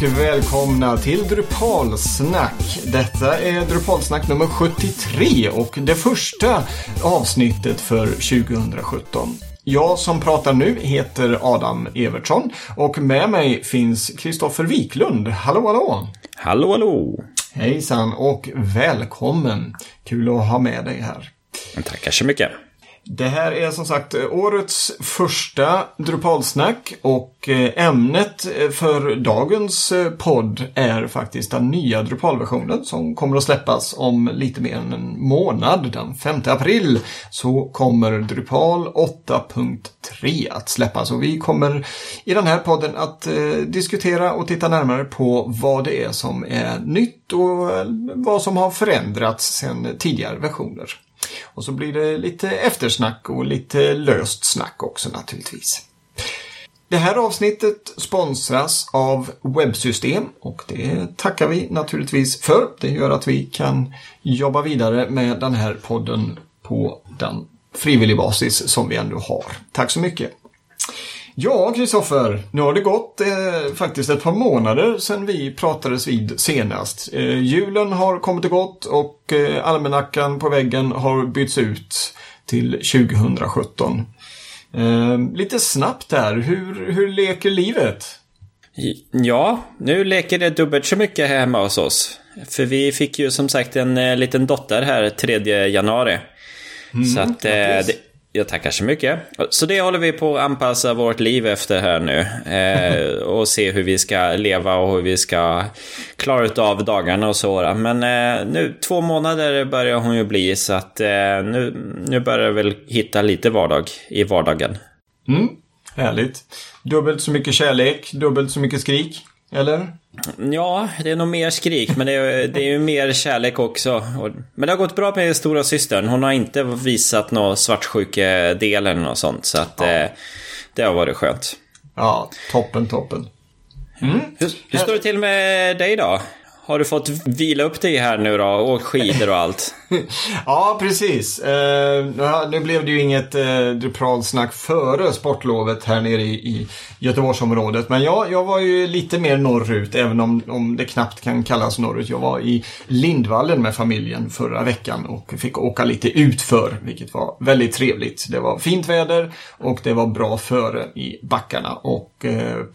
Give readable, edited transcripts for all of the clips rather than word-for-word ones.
välkomna till Drupalsnack. Detta är Drupalsnack nummer 73 och det första avsnittet för 2017. Jag som pratar nu heter Adam Evertsson och med mig finns Kristoffer Wiklund. Hallå, hallå! Hallå, hallå! Hejsan och välkommen. Kul att ha med dig här. Tackar så mycket. Det här är som sagt årets första Drupalsnack och ämnet för dagens podd är faktiskt den nya Drupal-versionen som kommer att släppas om lite mer än en månad. Den 5 april så kommer Drupal 8.3 att släppas och vi kommer i den här podden att diskutera och titta närmare på vad det är som är nytt och vad som har förändrats sedan tidigare versioner. Och så blir det lite eftersnack och lite löst snack också naturligtvis. Det här avsnittet sponsras av Webbsystem och det tackar vi naturligtvis för. Det gör att vi kan jobba vidare med den här podden på den frivillig basis som vi ändå har. Tack så mycket. Ja, Kristoffer, nu har det gått faktiskt ett par månader sedan vi pratades vid senast. Julen har kommit och gått och almanackan på väggen har bytts ut till 2017. Lite snabbt där, hur leker livet? Ja, nu leker det dubbelt så mycket här hemma hos oss. För vi fick ju som sagt en liten dotter här 3 januari. Så att jag tackar så mycket. Så det håller vi på att anpassa vårt liv efter här nu. Och se hur vi ska leva och hur vi ska klara av dagarna och så. Men nu 2 månader börjar hon ju bli. Så att nu börjar jag väl hitta lite vardag i vardagen. Härligt. Dubbelt så mycket kärlek, dubbelt så mycket skrik. Eller? Ja, det är nog mer skrik, men det är ju mer kärlek också. Men det har gått bra med stora systern. Hon har inte visat någon svartsjukedel eller något sånt. Så att det har varit skönt. Ja, toppen. Hur står det till med dig då? Har du fått vila upp dig här nu då? Och skidor och allt? Ja, precis. Nu blev det ju inget Drupalsnack före sportlovet här nere i Göteborgsområdet. Men jag var ju lite mer norrut, även om det knappt kan kallas norrut. Jag var i Lindvallen med familjen förra veckan och fick åka lite utför, vilket var väldigt trevligt. Det var fint väder och det var bra före i backarna. Och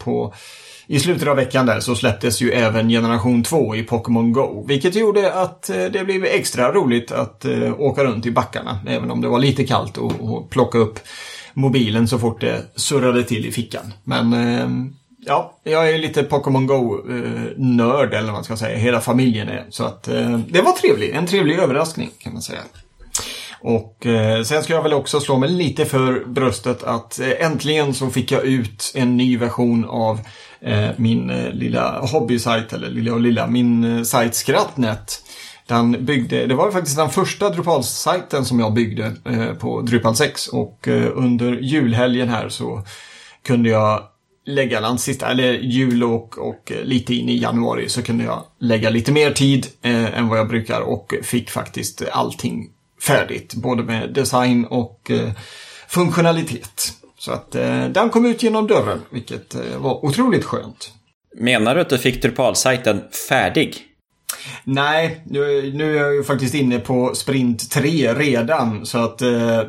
i slutet av veckan där så släpptes ju även generation 2 i Pokémon Go. Vilket gjorde att det blev extra roligt att åka runt i backarna. Även om det var lite kallt och plocka upp mobilen så fort det surrade till i fickan. Men ja, jag är lite Pokémon Go-nörd eller vad man ska säga. Hela familjen är. Så att det var en trevlig överraskning kan man säga. Och sen ska jag väl också slå mig lite för bröstet att äntligen så fick jag ut en ny version av min lilla hobbysajt, eller min sajt Skrattnet. Det var faktiskt den första Drupal-sajten som jag byggde på Drupal 6 och under julhelgen här så kunde jag lägga den sista, eller jul och lite in i januari så kunde jag lägga lite mer tid än vad jag brukar och fick faktiskt allting färdigt, både med design och funktionalitet. Så att den kom ut genom dörren, vilket var otroligt skönt. Menar du att du fick Drupal-sajten färdig? Nej, nu är jag ju faktiskt inne på sprint 3 redan. Så att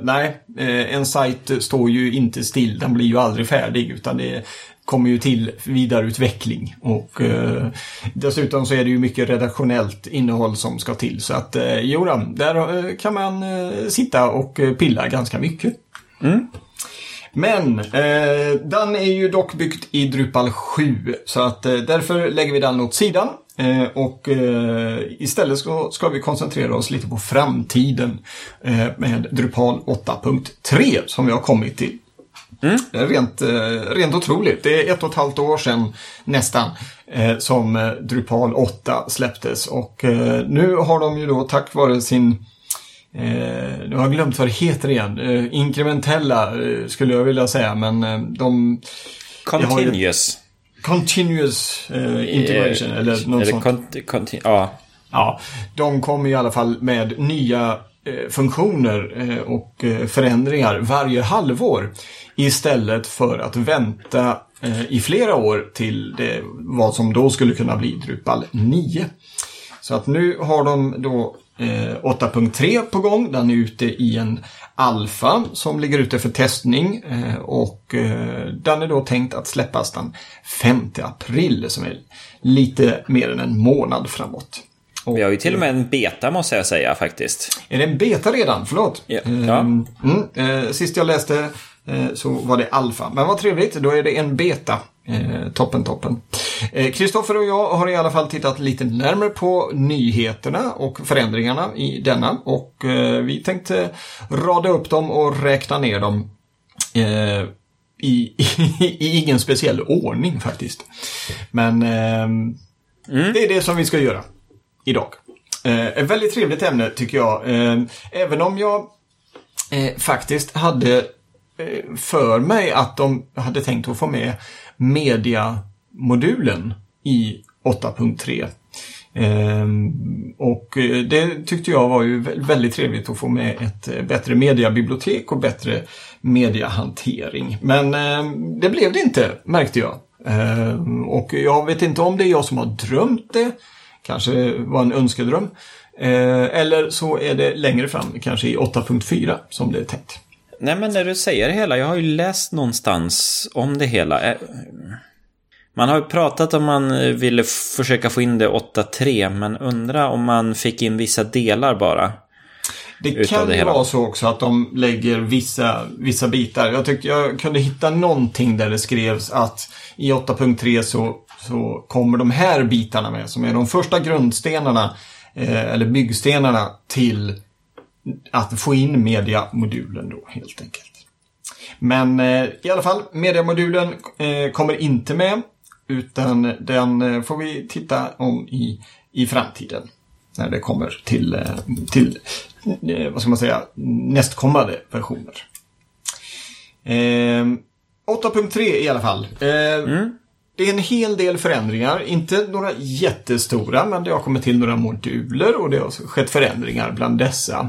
en sajt står ju inte still, den blir ju aldrig färdig utan det kommer ju till vidareutveckling och dessutom så är det ju mycket redaktionellt innehåll som ska till så att där kan man sitta och pilla ganska mycket. Men den är ju dock byggt i Drupal 7 så att därför lägger vi den åt sidan och istället ska vi koncentrera oss lite på framtiden med Drupal 8.3 som vi har kommit till. Det är rent otroligt. Det är 1,5 år sedan nästan som Drupal 8 släpptes och nu har de ju då tack vare sin nu har jag glömt vad det heter igen. Inkrementella skulle jag vilja säga, men de Continuous integration eller något sånt. Ja. Ja, de kommer i alla fall med nya funktioner och förändringar varje halvår istället för att vänta i flera år till vad som då skulle kunna bli Drupal 9. Så att nu har de då 8.3 på gång. Den är ute i en alfa som ligger ute för testning och den är då tänkt att släppas den 5 april som är lite mer än en månad framåt. Och vi har ju till och med en beta måste jag säga faktiskt. Är det en beta redan? Förlåt. Ja. Sist jag läste så var det alfa. Men vad trevligt, då är det en beta. Toppen. Kristoffer och jag har i alla fall tittat lite närmare på nyheterna och förändringarna i denna. Och vi tänkte rada upp dem och räkna ner dem i ingen speciell ordning faktiskt. Men det är det som vi ska göra idag. Ett väldigt trevligt ämne tycker jag. Även om jag faktiskt hade för mig att de hade tänkt att få med mediamodulen i 8.3. Och det tyckte jag var ju väldigt trevligt att få med ett bättre mediabibliotek och bättre mediahantering. Men det blev det inte, märkte jag. Och jag vet inte om det är jag som har drömt det. Kanske var en önskedröm. Eller så är det längre fram, kanske i 8.4 som det är tänkt. Nej, men när du säger det hela, jag har ju läst någonstans om det hela. Man har ju pratat om man ville försöka få in det 8.3, men undrar om man fick in vissa delar bara. Det kan ju vara så också att de lägger vissa bitar. Jag tyckte jag kunde hitta någonting där det skrevs att i 8.3 så kommer de här bitarna med som är de första grundstenarna eller byggstenarna till att få in mediamodulen då helt enkelt. Men i alla fall, mediamodulen kommer inte med utan den får vi titta om i framtiden när det kommer till vad ska man säga, nästkommande versioner. 8.3 i alla fall. Det är en hel del förändringar, inte några jättestora, men det har kommit till några moduler och det har skett förändringar bland dessa.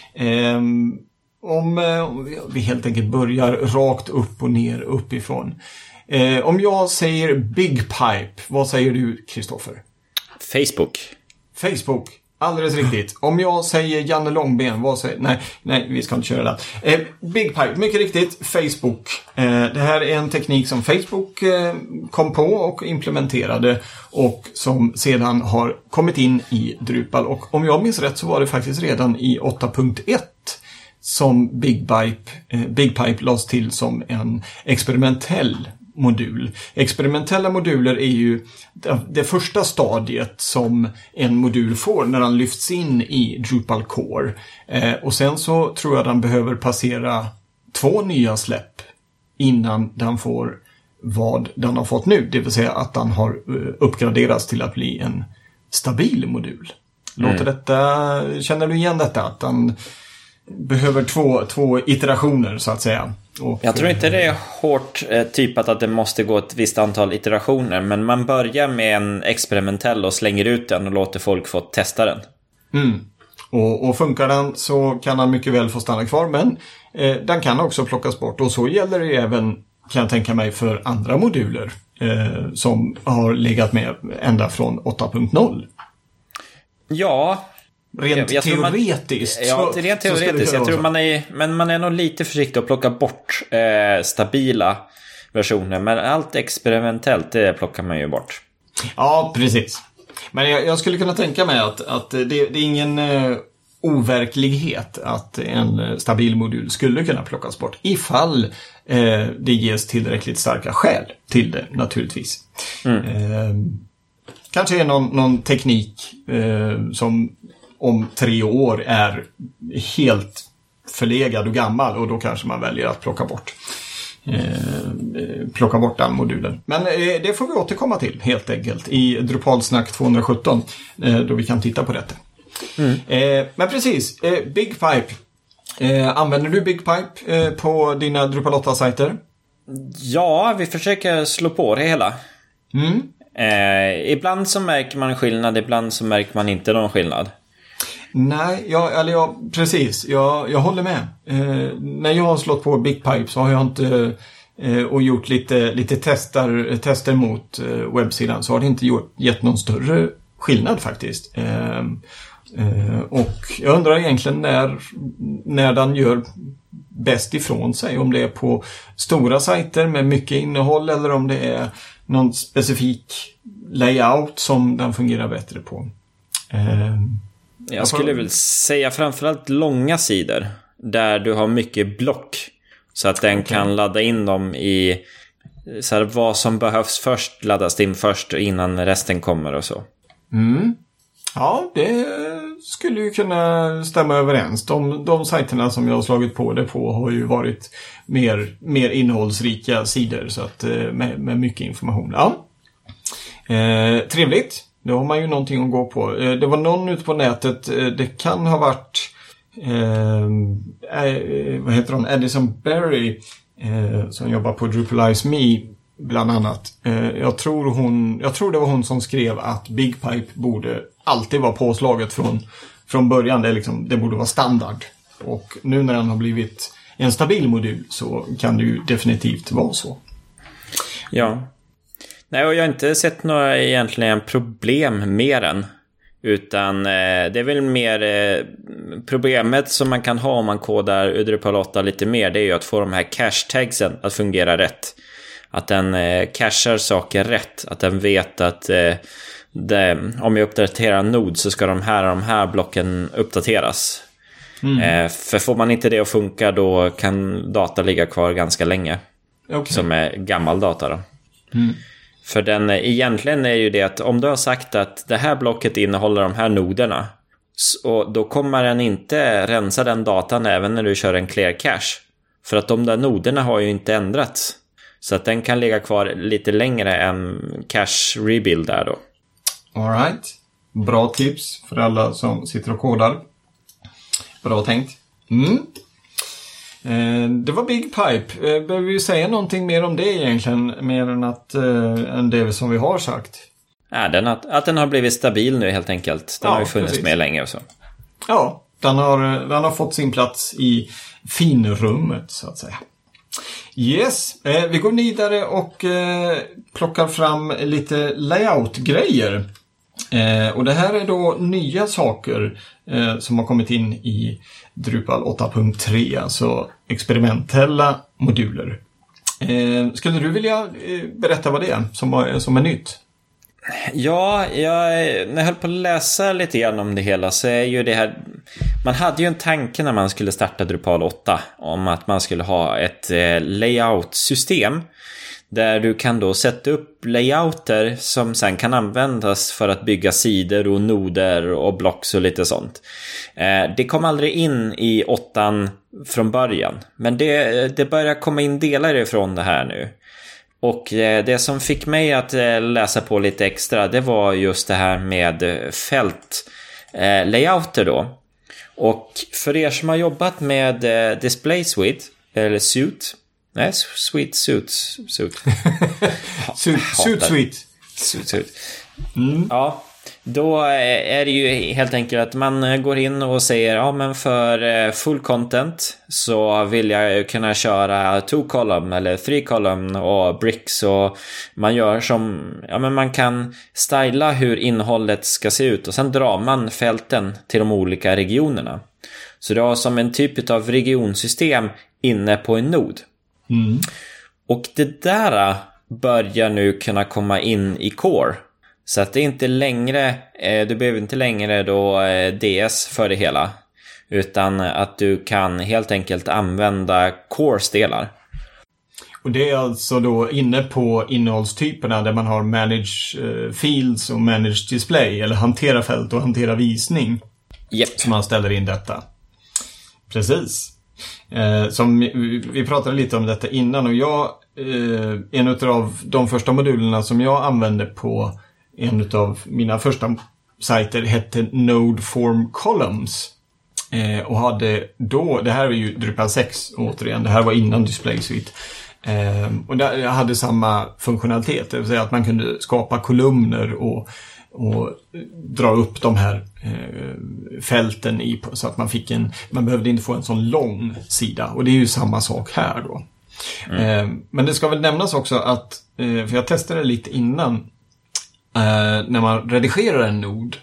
Om vi helt enkelt börjar rakt upp och ner uppifrån. Om jag säger BigPipe, vad säger du, Kristoffer? Facebook. Alldeles riktigt. Om jag säger Janne Långben, vad säger... Nej, vi ska inte köra det. BigPipe, mycket riktigt, Facebook. Det här är en teknik som Facebook kom på och implementerade och som sedan har kommit in i Drupal. Och om jag minns rätt så var det faktiskt redan i 8.1 som BigPipe lades till som en experimentell modul. Experimentella moduler är ju det första stadiet som en modul får när den lyfts in i Drupal Core. Och sen så tror jag den behöver passera 2 nya släpp innan den får vad den har fått nu. Det vill säga att den har uppgraderats till att bli en stabil modul. Känner du igen detta? Att den behöver två iterationer så att säga. Och jag tror inte det är hårt typat att det måste gå ett visst antal iterationer, men man börjar med en experimentell och slänger ut den och låter folk få testa den. Och funkar den så kan den mycket väl få stanna kvar, men den kan också plockas bort. Och så gäller det även, kan jag tänka mig, för andra moduler som har legat med ända från 8.0 Ja, rent teoretiskt. Rent teoretiskt. Jag tror man är nog lite försiktig att plocka bort stabila versioner. Men allt experimentellt, det plockar man ju bort. Ja, precis. Men jag skulle kunna tänka mig att det är ingen overklighet att en stabil modul skulle kunna plockas bort. Ifall det ges tillräckligt starka skäl till det, naturligtvis. Kanske är någon teknik som om 3 år är helt förlegad och gammal, och då kanske man väljer att plocka bort den modulen. Men det får vi återkomma till helt enkelt i Drupalsnack 217 då vi kan titta på detta. Men precis, BigPipe. Använder du BigPipe på dina Drupal 8-sajter? Ja, vi försöker slå på det hela. Ibland så märker man skillnad, ibland så märker man inte någon skillnad. Nej, precis. Jag håller med. När jag har slått på BigPipe så har jag inte och gjort lite tester mot webbsidan, så har det inte gett någon större skillnad faktiskt. Och jag undrar egentligen när den gör bäst ifrån sig, om det är på stora sajter med mycket innehåll eller om det är någon specifik layout som den fungerar bättre på. Jag skulle väl säga framförallt långa sidor där du har mycket block, så att den kan ladda in dem i så här, vad som behövs först laddas in först innan resten kommer och så. Ja, det skulle ju kunna stämma överens. De sajterna som jag har slagit på det på har ju varit mer innehållsrika sidor, så att med mycket information. Ja. Trevligt. Då har man ju någonting att gå på. Det var någon ute på nätet, det kan ha varit vad heter hon? Addison Berry som jobbar på Drupalize Me bland annat. Jag tror det var hon som skrev att BigPipe borde alltid vara påslaget från början. Det borde vara standard. Och nu när den har blivit en stabil modul så kan det ju definitivt vara så. Ja. Nej, och jag har inte sett några egentligen problem med den. Utan det är väl mer problemet som man kan ha om man kodar Drupal 8 lite mer. Det är ju att få de här cache tagsen att fungera rätt. Att den cachar saker rätt. Att den vet att om jag uppdaterar en nod så ska de här blocken uppdateras. För får man inte det att funka, då kan data ligga kvar ganska länge. Som är gammal data då. För den egentligen är ju det att om du har sagt att det här blocket innehåller de här noderna, och då kommer den inte rensa den datan även när du kör en clear cache. För att de där noderna har ju inte ändrats. Så att den kan ligga kvar lite längre än cache rebuild där då. All right. Bra tips för alla som sitter och kodar. Bra tänkt. Det var BigPipe. Behöver vi säga någonting mer om det egentligen? Mer än det som vi har sagt. Ja, att den har blivit stabil nu helt enkelt. Den har ju funnits med länge och så. Ja, den har fått sin plats i finrummet så att säga. Yes, vi går vidare och plockar fram lite layout-grejer. Och det här är då nya saker som har kommit in i Drupal 8.3, alltså experimentella moduler. Skulle du vilja berätta vad det är som är nytt? Ja, när jag höll på att läsa lite grann om det hela så är ju det här... Man hade ju en tanke när man skulle starta Drupal 8 om att man skulle ha ett layout-system där du kan då sätta upp layouter som sen kan användas för att bygga sidor och noder och blocks och lite sånt. Det kom aldrig in i 8 från början, men det börjar komma in delar ifrån det här nu. Och det som fick mig att läsa på lite extra, det var just det här med fält layouter då. Och för er som har jobbat med Display Suite eller Suite, nej, Suite. Suite. Ja, då är det ju helt enkelt att man går in och säger ja, men för full content så vill jag kunna köra 2-column eller 3-column och bricks, och man gör som, ja, men man kan styla hur innehållet ska se ut och sen drar man fälten till de olika regionerna. Så det har som en typ av regionsystem inne på en nod. Och det där börjar nu kunna komma in i Core. Så att det är inte längre, du behöver inte längre då DS för det hela. Utan att du kan helt enkelt använda Cores delar. Och det är alltså då inne på innehållstyperna där man har manage fields och manage display. Eller hantera fält och hantera visning. Yep. Som man ställer in detta. Precis. Som vi pratade lite om detta innan, och en av de första modulerna som jag använde på en av mina första sajter hette Node Form Columns, och hade då, det här är ju Drupal 6 återigen, det här var innan Display Suite, och jag hade samma funktionalitet, det vill säga att man kunde skapa kolumner och dra upp de här fälten så att man behövde inte få en sån lång sida. Och det är ju samma sak här då. Men det ska väl nämnas också att, för jag testade lite innan, när man redigerar en nod.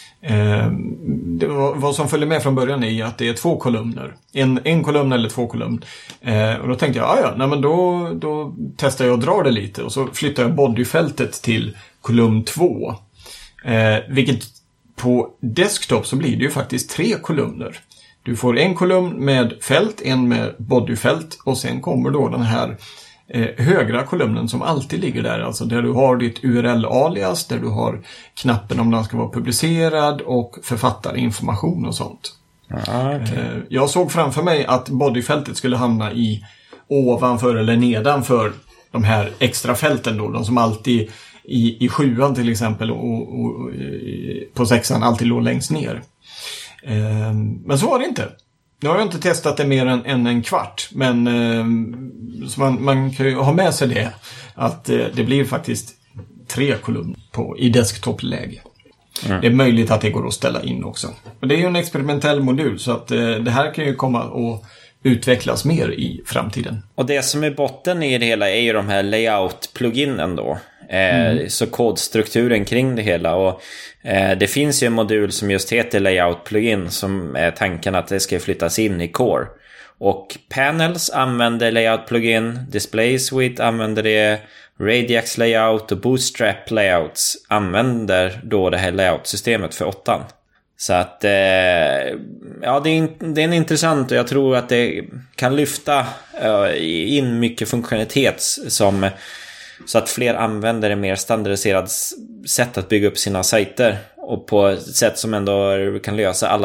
Vad som följer med från början är att det är 2 kolumner. En kolumn eller 2 kolumn. Och då tänkte jag, men då testar jag och drar det lite. Och så flyttar jag bodyfältet till kolumn 2. Vilket på desktop så blir det ju faktiskt 3 kolumner. Du får en kolumn med fält, en med bodyfält och sen kommer då den här högra kolumnen som alltid ligger där. Alltså där du har ditt URL-alias, där du har knappen om den ska vara publicerad och författarinformation och sånt. Jag såg framför mig att bodyfältet skulle hamna ovanför eller nedanför de här extra fälten då. De som alltid i 7:an till exempel och på 6:an alltid låg längst ner. Men så var det inte. Nu har jag inte testat det mer än en kvart. Men så man kan ju ha med sig det. Att det blir faktiskt 3 kolumner i desktop-läge. Det är möjligt att det går att ställa in också. Och det är ju en experimentell modul. Så att det här kan ju komma och utvecklas mer i framtiden. Och det som är botten i det hela är ju de här layout-pluginen då. Så kodstrukturen kring det hela. Och det finns ju en modul som just heter layout-plugin som är tanken att det ska flyttas in i Core. Och Panels använder layout-plugin, Display Suite använder det, Radix layout och Bootstrap layouts använder då det här layout-systemet för 8:an. Så att ja, det är en intressant och jag tror att det kan lyfta in mycket funktionalitet så att fler använder en mer standardiserad sätt att bygga upp sina sajter och på ett sätt som ändå kan lösa alla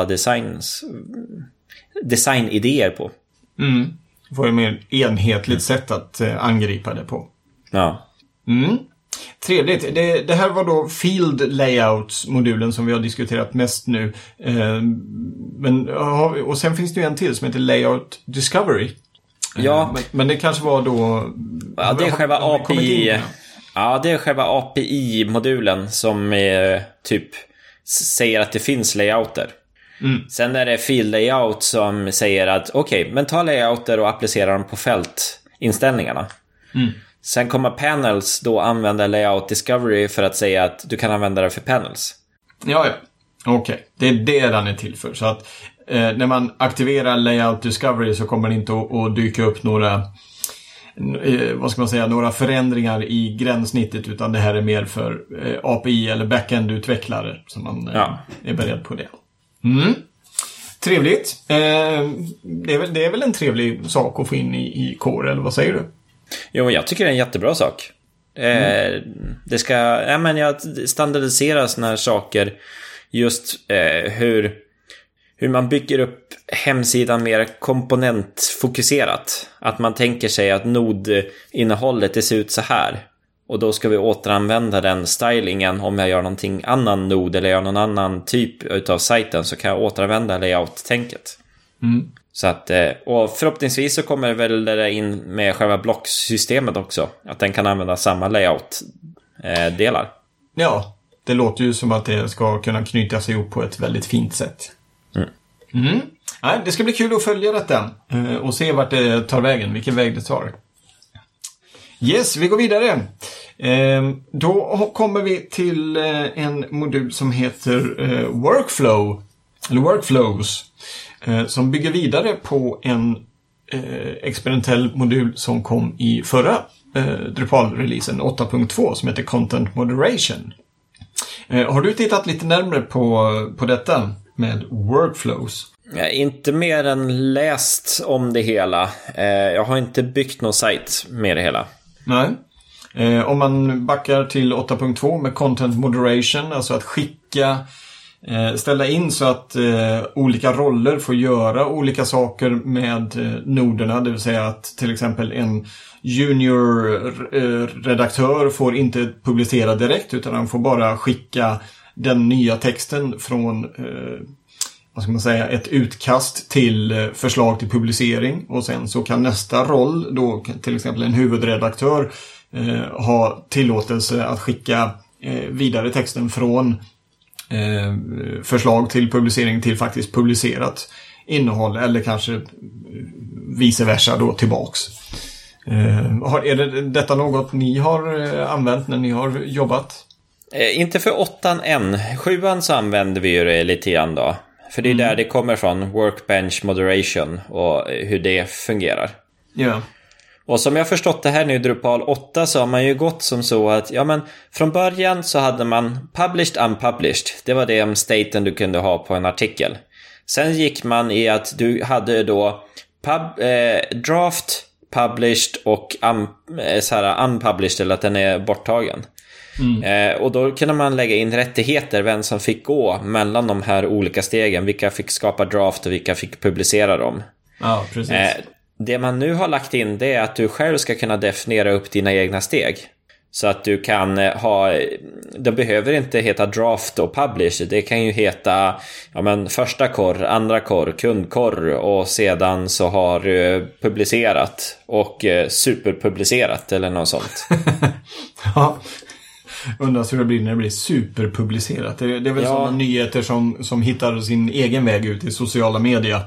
designidéer på. Får ett mer enhetligt sätt att angripa det på. Ja. Trevligt. Det här var då Field Layouts-modulen som vi har diskuterat mest nu. Och sen finns det ju en till som heter Layout Discovery. Ja. Men det kanske var då... Ja, det är själva API. Ja, det är själva API-modulen som typ säger att det finns layouter. Sen är det Field Layout som säger att okej, men ta layouter och applicera dem på fältinställningarna. Sen kommer Panels då använda Layout Discovery för att säga att du kan använda det för Panels. Ja. Okej. Det är det den är till för. Så att när man aktiverar Layout Discovery så kommer det inte att dyka upp några några förändringar i gränssnittet, utan det här är mer för API eller backend-utvecklare som man är beredd på det. Trevligt. Det är väl en trevlig sak att få in i Core, eller vad säger du? Jo, jag tycker det är en jättebra sak. Det ska standardisera såna här saker. Just hur man bygger upp hemsidan mer komponentfokuserat. Att man tänker sig att nodinnehållet det ser ut så här. Och då ska vi återanvända den stylingen om jag gör någonting annan nod eller gör någon annan typ utav sajten, så kan jag återanvända layout-tänket. Så att, och förhoppningsvis så kommer det väl det in med själva blocksystemet också. Att den kan använda samma layout-delar. Ja, det låter ju som att det ska kunna knytas ihop på ett väldigt fint sätt. Nej, det ska bli kul att följa detta och se vart det tar vägen, vilken väg det tar. Yes, vi går vidare. Då kommer vi till en modul som heter Workflow, eller Workflows, som bygger vidare på en experimentell modul som kom i förra Drupal-releasen 8.2 som heter Content Moderation. Har du tittat lite närmare på detta med Workflows? Inte mer än läst om det hela. Jag har inte byggt någon sajt med det hela. Nej. Om man backar till 8.2 med Content Moderation, alltså att ställa in så att olika roller får göra olika saker med noderna. Det vill säga att till exempel en junior-redaktör får inte publicera direkt, utan han får bara skicka den nya texten från ett utkast till förslag till publicering. Och sen så kan nästa roll, då till exempel en huvudredaktör, ha tillåtelse att skicka vidare texten från förslag till publicering till faktiskt publicerat innehåll, eller kanske vice versa då tillbaks. Är detta något ni har använt när ni har jobbat? Inte för 8:an än. 7:an så använder vi ju det lite grann då. För det är där det kommer från, workbench moderation och hur det fungerar. Ja. Och som jag förstått det här nu i Drupal 8 så har man ju gått som så att från början så hade man published, unpublished. Det var det staten du kunde ha på en artikel. Sen gick man i att du hade då draft, published och unpublished, eller att den är borttagen. Och då kunde man lägga in rättigheter, vem som fick gå mellan de här olika stegen, vilka fick skapa draft och vilka fick publicera dem. Ja, precis. Det man nu har lagt in, det är att du själv ska kunna definiera upp dina egna steg. Så att du kan ha, det behöver inte heta draft och publish. Det kan ju heta första korr, andra korr, kundkorr, och sedan så har du publicerat och superpublicerat eller något sånt. Ja, undrar hur det blir när det blir superpublicerat. Det är väl sådana nyheter som hittar sin egen väg ut i sociala medier.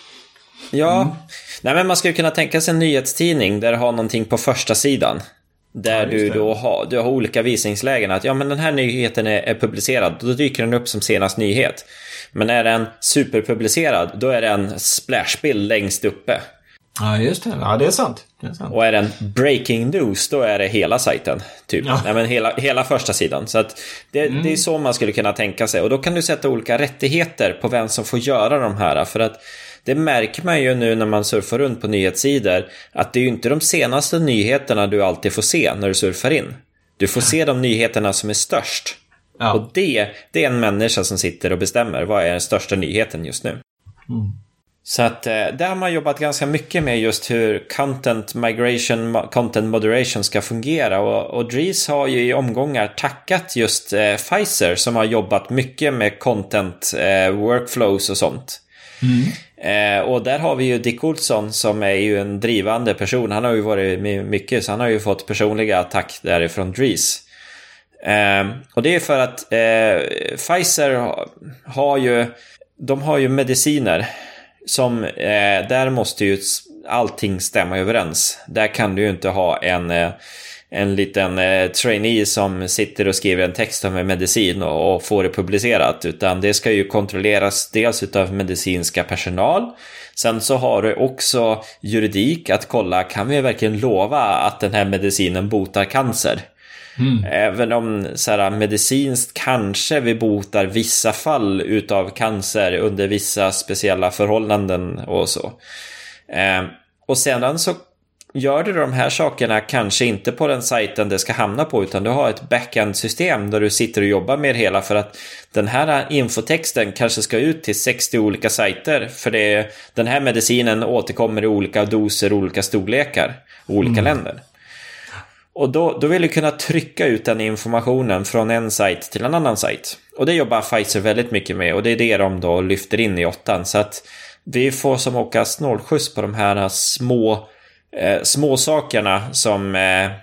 Ja, nej, men man skulle kunna tänka sig en nyhetstidning där du har någonting på första sidan. Där du har olika visningslägen. Att den här nyheten är publicerad, då dyker den upp som senast nyhet. Men är den superpublicerad, då är den splashbild längst uppe. Ja, just det. Ja, det är sant. Och är den breaking news, då är det hela sajten typ. Ja. Nej, men hela första sidan. Så att det är så man skulle kunna tänka sig. Och då kan du sätta olika rättigheter på vem som får göra de här. För att det märker man ju nu när man surfar runt på nyhetssidor, att det är ju inte de senaste nyheterna du alltid får se när du surfar in. Du får se de nyheterna som är störst. Ja. Och det är en människa som sitter och bestämmer vad är den största nyheten just nu. Så att där har man jobbat ganska mycket med just hur content migration, content moderation ska fungera. Och Dries har ju i omgångar tackat just Pfizer, som har jobbat mycket med content workflows och sånt. Och där har vi ju Dick Olsson, som är ju en drivande person. Han har ju varit med mycket, så han har ju fått personliga tack därifrån Dries. Och det är för att Pfizer har ju mediciner som där måste ju allting stämma överens. Där kan du ju inte ha en liten trainee som sitter och skriver en text om en medicin och får det publicerat, utan det ska ju kontrolleras dels utav medicinska personal. Sen så har du också juridik att kolla, kan vi verkligen lova att den här medicinen botar cancer? Även om medicinskt kanske vi botar vissa fall utav cancer under vissa speciella förhållanden och så. Och sedan så gör du de här sakerna kanske inte på den sajten det ska hamna på, utan du har ett backend-system där du sitter och jobbar med det hela, för att den här infotexten kanske ska ut till 60 olika sajter, för den här medicinen återkommer i olika doser, olika storlekar, olika länder. Och då vill du kunna trycka ut den informationen från en sajt till en annan sajt. Och det jobbar Pfizer väldigt mycket med, och det är det de då lyfter in i 8:an. Så att vi får som åka snålskjuts på de här små sakerna som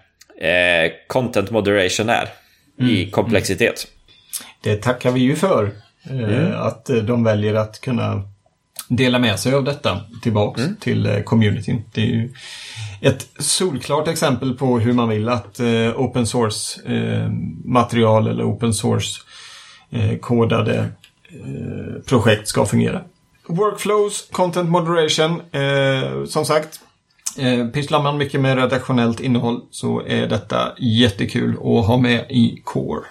content moderation är i komplexitet. Det tackar vi ju för, att de väljer att kunna dela med sig av detta tillbaks till communityn. Det är ju ett solklart exempel på hur man vill att open source material eller open source kodade projekt ska fungera. Workflows, content moderation, som sagt, pysslar man mycket med redaktionellt innehåll så är detta jättekul att ha med i Core.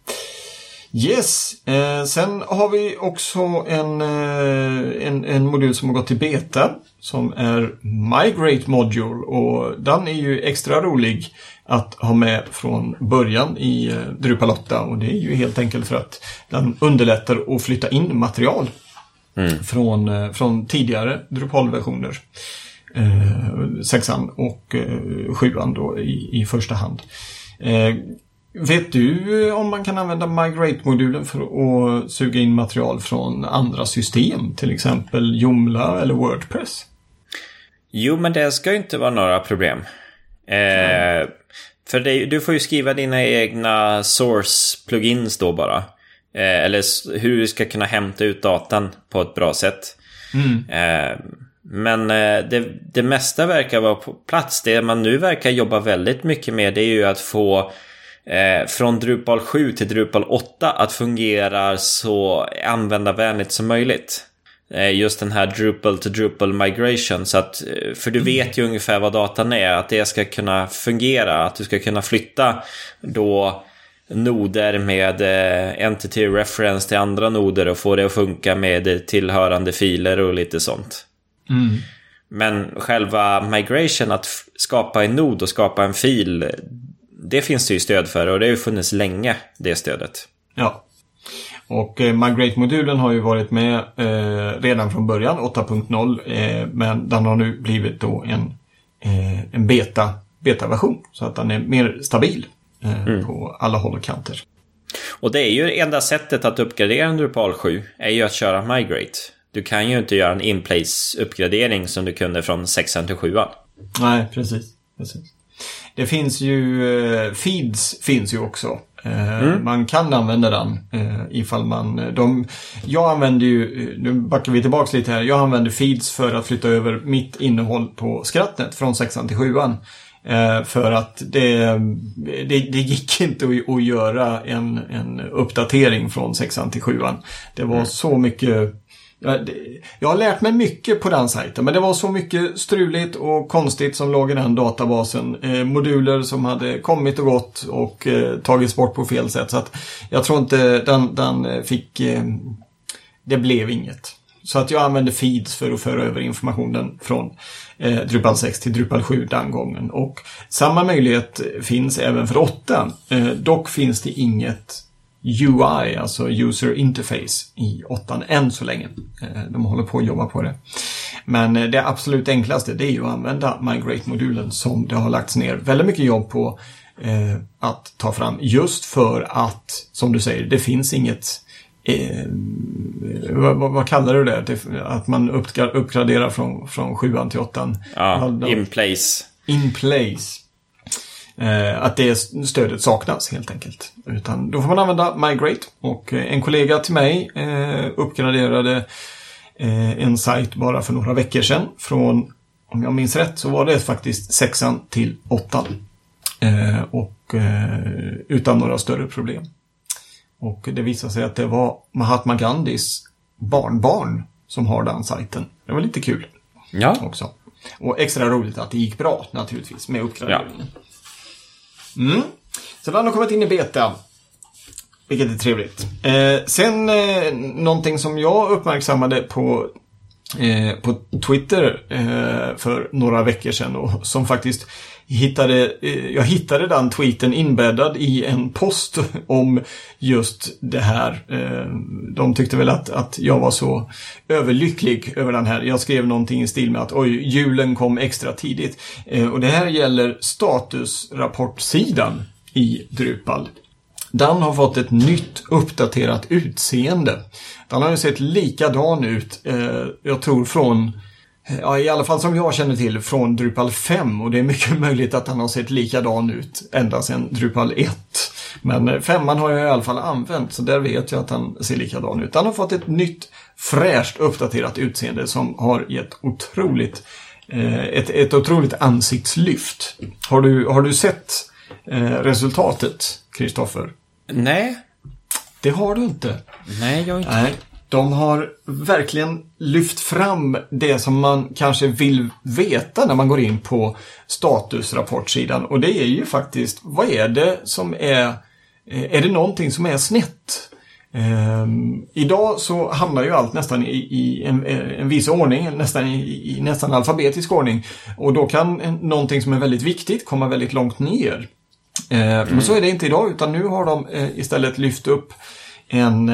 Yes, sen har vi också en modul som har gått till beta som är Migrate Module, och den är ju extra rolig att ha med från början i Drupal 8, och det är ju helt enkelt för att den underlättar att flytta in material från tidigare Drupal-versioner. 6an och 7an då i första hand. Vet du om man kan använda Migrate-modulen för att suga in material från andra system, till exempel Joomla eller WordPress? Jo, men det ska inte vara några problem. För du får ju skriva dina egna source-plugins då bara. Eller hur du ska kunna hämta ut datan på ett bra sätt. Men det mesta verkar vara på plats. Det man nu verkar jobba väldigt mycket med, det är ju att få från Drupal 7 till Drupal 8 att fungera så användarvänligt som möjligt. Just den här Drupal to Drupal migration, så att, för du vet ju ungefär vad datan är, att det ska kunna fungera, att du ska kunna flytta då noder med entity reference till andra noder och få det att funka med tillhörande filer och lite sånt. Men själva migration, att skapa en nod och skapa en fil, det finns det ju stöd för, och det har ju funnits länge, det stödet. Ja. Och Migrate-modulen har ju varit med redan från början, 8.0, men den har nu blivit då en beta-version, så att den är mer stabil på alla håll och kanter. Och det är ju enda sättet att uppgradera en Drupal 7 är ju att köra Migrate. Du kan ju inte göra en in-place-uppgradering som du kunde från 6 till 7. Nej, precis. Det finns ju feeds finns ju också. Man kan använda den ifall man... jag använder ju... Nu backar vi tillbaka lite här. Jag använder feeds för att flytta över mitt innehåll på Skrattnet från 6 till 7. För att det gick inte att göra en uppdatering från 6 till 7. Det var så mycket... Jag har lärt mig mycket på den sajten, men det var så mycket struligt och konstigt som låg i den databasen. Moduler som hade kommit och gått och tagits bort på fel sätt. Så att jag tror inte den fick... det blev inget. Så att jag använde feeds för att föra över informationen från Drupal 6 till Drupal 7 den gången. Och samma möjlighet finns även för 8. Dock finns det inget UI, alltså User Interface, i 8 än så länge. De håller på att jobba på det. Men det absolut enklaste, det är ju att använda Migrate-modulen som det har lagts ner väldigt mycket jobb på att ta fram. Just för att, som du säger, det finns inget... vad kallar du det? Att man uppgraderar från 7 till 8. Ja, in place. In place. Att det stödet saknas helt enkelt. Utan då får man använda Migrate. Och en kollega till mig uppgraderade en sajt bara för några veckor sedan. Från, om jag minns rätt, så var det faktiskt 6 till 8. Och utan några större problem. Och det visade sig att det var Mahatma Gandhis barnbarn som har den sajten. Det var lite kul. Ja. Också. Och extra roligt att det gick bra naturligtvis med uppgraderingen. Ja. Så den har kommit in i beta. Vilket är trevligt. Sen någonting som jag uppmärksammade på Twitter för några veckor sedan, och som faktiskt jag hittade den tweeten inbäddad i en post om just det här. De tyckte väl att jag var så överlycklig över den här. Jag skrev någonting i stil med att julen kom extra tidigt. Och det här gäller statusrapportsidan i Drupal. Den har fått ett nytt uppdaterat utseende. Den har ju sett likadan ut, jag tror från... Ja, i alla fall som jag känner till, från Drupal 5, och det är mycket möjligt att han har sett likadan ut ända sedan Drupal 1. Men 5 har jag i alla fall använt, så där vet jag att han ser likadan ut. Han har fått ett nytt, fräscht uppdaterat utseende som har gett ett otroligt ansiktslyft. Har du sett resultatet, Kristoffer? Nej. Det har du inte. Nej, jag inte. Nej. De har verkligen lyft fram det som man kanske vill veta när man går in på statusrapportsidan. Och det är ju faktiskt, vad är det som är det någonting som är snett? Idag så hamnar ju allt nästan i en viss ordning, i nästan alfabetisk ordning. Och då kan någonting som är väldigt viktigt komma väldigt långt ner. Men så är det inte idag, utan nu har de istället lyft upp en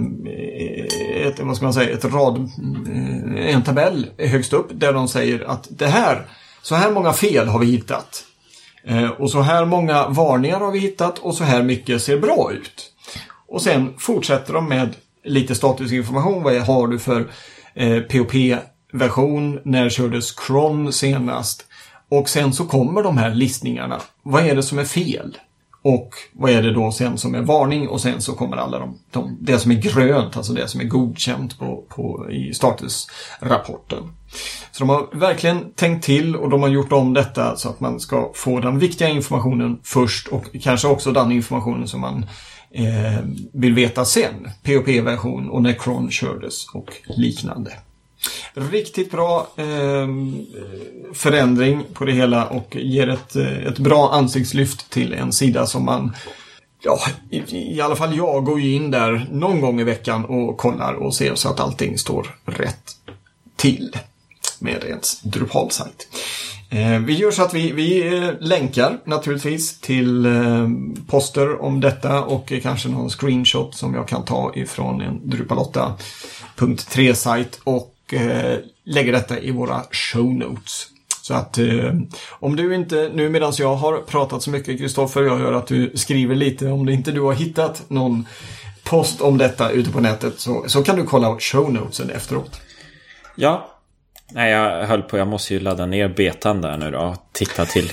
tabell högst upp där de säger att så här många fel har vi hittat, och så här många varningar har vi hittat, och så här mycket ser bra ut. Och sen fortsätter de med lite statusinformation. Vad har du för POP-version? När kördes cron senast? Och sen så kommer de här listningarna. Vad är det som är fel? Och vad är det då sen som är varning? Och sen så kommer alla det som är grönt, alltså det som är godkänt i statusrapporten. Så de har verkligen tänkt till och de har gjort om detta så att man ska få den viktiga informationen först och kanske också den informationen som man vill veta sen. POP-version och när cron kördes och liknande. Riktigt bra förändring på det hela och ger ett bra ansiktslyft till en sida som man, ja, i alla fall jag går ju in där någon gång i veckan och kollar och ser så att allting står rätt till med ens Drupal-sajt. Vi gör så att vi länkar naturligtvis till poster om detta och kanske någon screenshot som jag kan ta ifrån en Drupal8.3-sajt och lägger detta i våra show notes. Så att om du inte, nu medan jag har pratat så mycket, Kristoffer, jag hör att du skriver lite, om det inte du har hittat någon post om detta ute på nätet så kan du kolla show notesen efteråt. Ja, nej, jag måste ju ladda ner betan där nu då och titta till.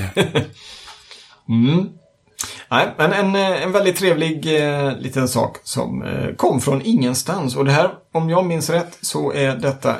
Nej, men en väldigt trevlig liten sak som kom från ingenstans. Och det här, om jag minns rätt, så är detta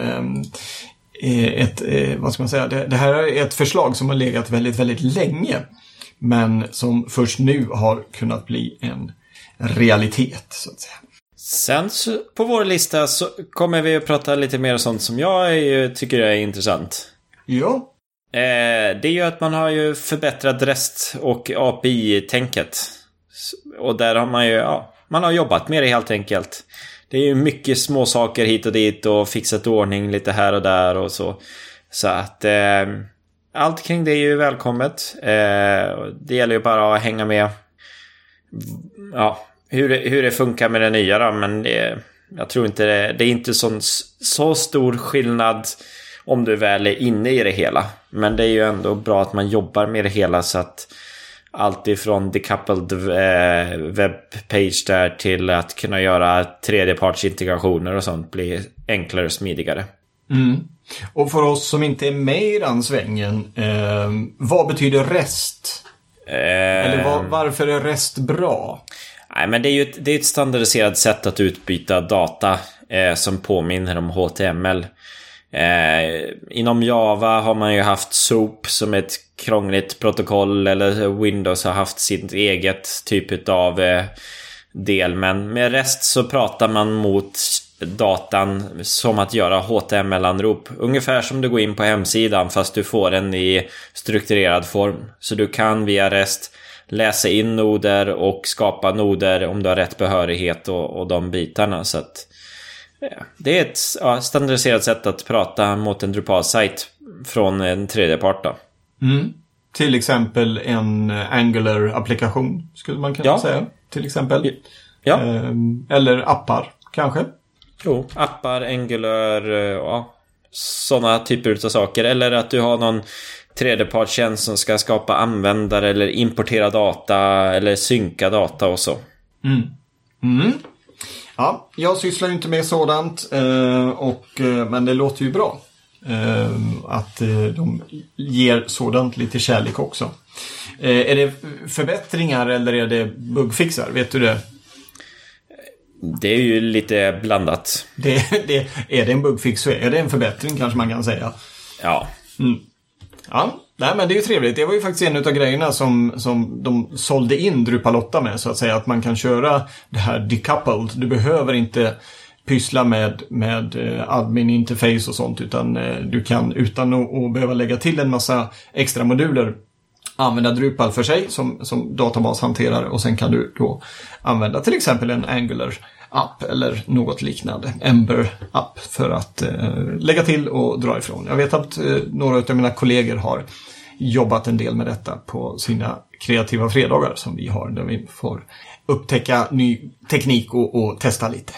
vad ska man säga? Det här är ett förslag som har legat väldigt, väldigt länge. Men som först nu har kunnat bli en realitet, så att säga. Sen på vår lista så kommer vi att prata lite mer om sånt som jag tycker är intressant. Ja. Det är ju att man har ju förbättrat REST och API-tänket. Och där har man ju, man har jobbat med det helt enkelt. Det är ju mycket små saker hit och dit och fixat ordning lite här och där och så. Så att allt kring det är ju välkommet. Det gäller ju bara att hänga med. Ja, hur det funkar med det nya då, men jag tror inte det är inte så stor skillnad om du väl är inne i det hela. Men det är ju ändå bra att man jobbar med det hela så att allt ifrån decoupled webbpage där till att kunna göra tredjepartsintegrationer och sånt blir enklare och smidigare. Och för oss som inte är med i den svängen, vad betyder REST? Eller varför är REST bra? Nej, men det är ett standardiserat sätt att utbyta data som påminner om HTML. Inom Java har man ju haft SOAP som ett krångligt protokoll, eller Windows har haft sitt eget typ av del, men med REST så pratar man mot datan som att göra HTML-anrop, ungefär som du går in på hemsidan fast du får den i strukturerad form, så du kan via REST läsa in noder och skapa noder om du har rätt behörighet och de bitarna. Så att det är ett standardiserat sätt att prata mot en Drupal-sajt från en tredjepart då. Till exempel en Angular-applikation skulle man kunna säga. Till exempel. Ja. Eller appar kanske. Jo, appar, Angular, sådana typer av saker. Eller att du har någon tredjepartstjänst som ska skapa användare eller importera data eller synka data och så. Ja, jag sysslar ju inte med sådant men det låter ju bra att de ger sådant lite kärlek också. Är det förbättringar eller är det bugfixar? Vet du det? Det är ju lite blandat. Är det en bugfix så är det en förbättring kanske man kan säga. Ja. Ja, nej, men det är ju trevligt. Det var ju faktiskt en av grejerna som de sålde in Drupal 8 med, så att säga, att man kan köra det här decoupled. Du behöver inte pyssla med admin interface och sånt, utan du kan utan att behöva lägga till en massa extra moduler använda Drupal för sig som databashanterare, och sen kan du då använda till exempel en Angular app eller något liknande, Ember app, för att lägga till och dra ifrån. Jag vet att några av mina kollegor har jobbat en del med detta på sina kreativa fredagar som vi har, där vi får upptäcka ny teknik och testa lite.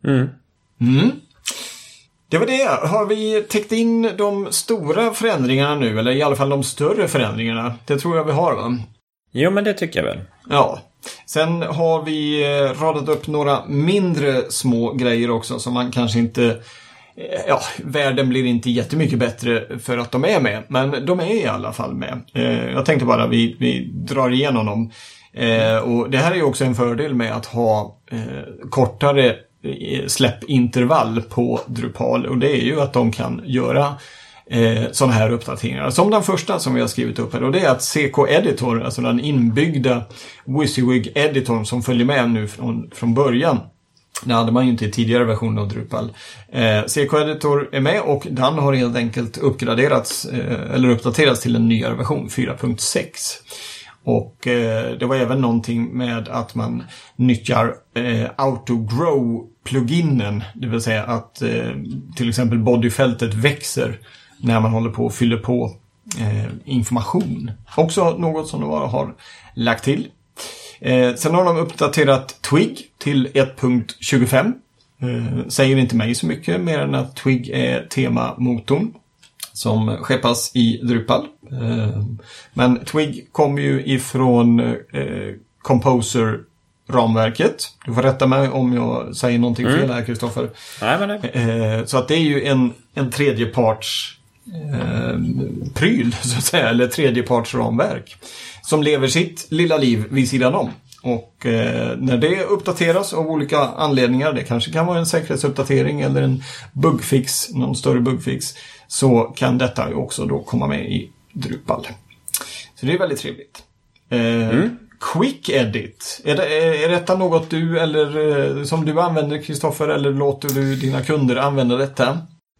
Det var det. Har vi täckt in de stora förändringarna nu, eller i alla fall de större förändringarna? Det tror jag vi har, va? Jo, men det tycker jag väl. Ja. Sen har vi radat upp några mindre små grejer också som man kanske inte världen blir inte jättemycket bättre för att de är med. Men de är i alla fall med. Jag tänkte bara vi drar igenom dem. Och det här är ju också en fördel med att ha kortare släppintervall på Drupal. Och det är ju att de kan göra sådana här uppdateringar. Som den första som vi har skrivit upp här. Och det är att CK-editor, alltså den inbyggda WYSIWYG-editorn som följer med nu från början. Det hade man ju inte i tidigare versioner av Drupal. CK-editor är med och den har helt enkelt uppgraderats eller uppdaterats till en nyare version, 4.6. Och det var även någonting med att man nyttjar autogrow-pluginen. Det vill säga att till exempel bodyfältet växer när man håller på och fyller på information. Också något som de har lagt till. Sen har de uppdaterat Twig till 1.25. Säger inte mig så mycket mer än att Twig är temamotorn som skeppas i Drupal. Men Twig kommer ju ifrån Composer-ramverket. Du får rätta mig om jag säger någonting fel här, Kristoffer. Så att det är ju en tredjeparts pryl, så att säga, eller tredjeparts ramverk som lever sitt lilla liv vid sidan om. Och när det uppdateras av olika anledningar, det kanske kan vara en säkerhetsuppdatering eller en bugfix, någon större bugfix, så kan detta ju också då komma med i Drupal. Så det är väldigt trevligt. Quick Edit. Är detta något du eller som du använder, Kristoffer, eller låter du dina kunder använda detta?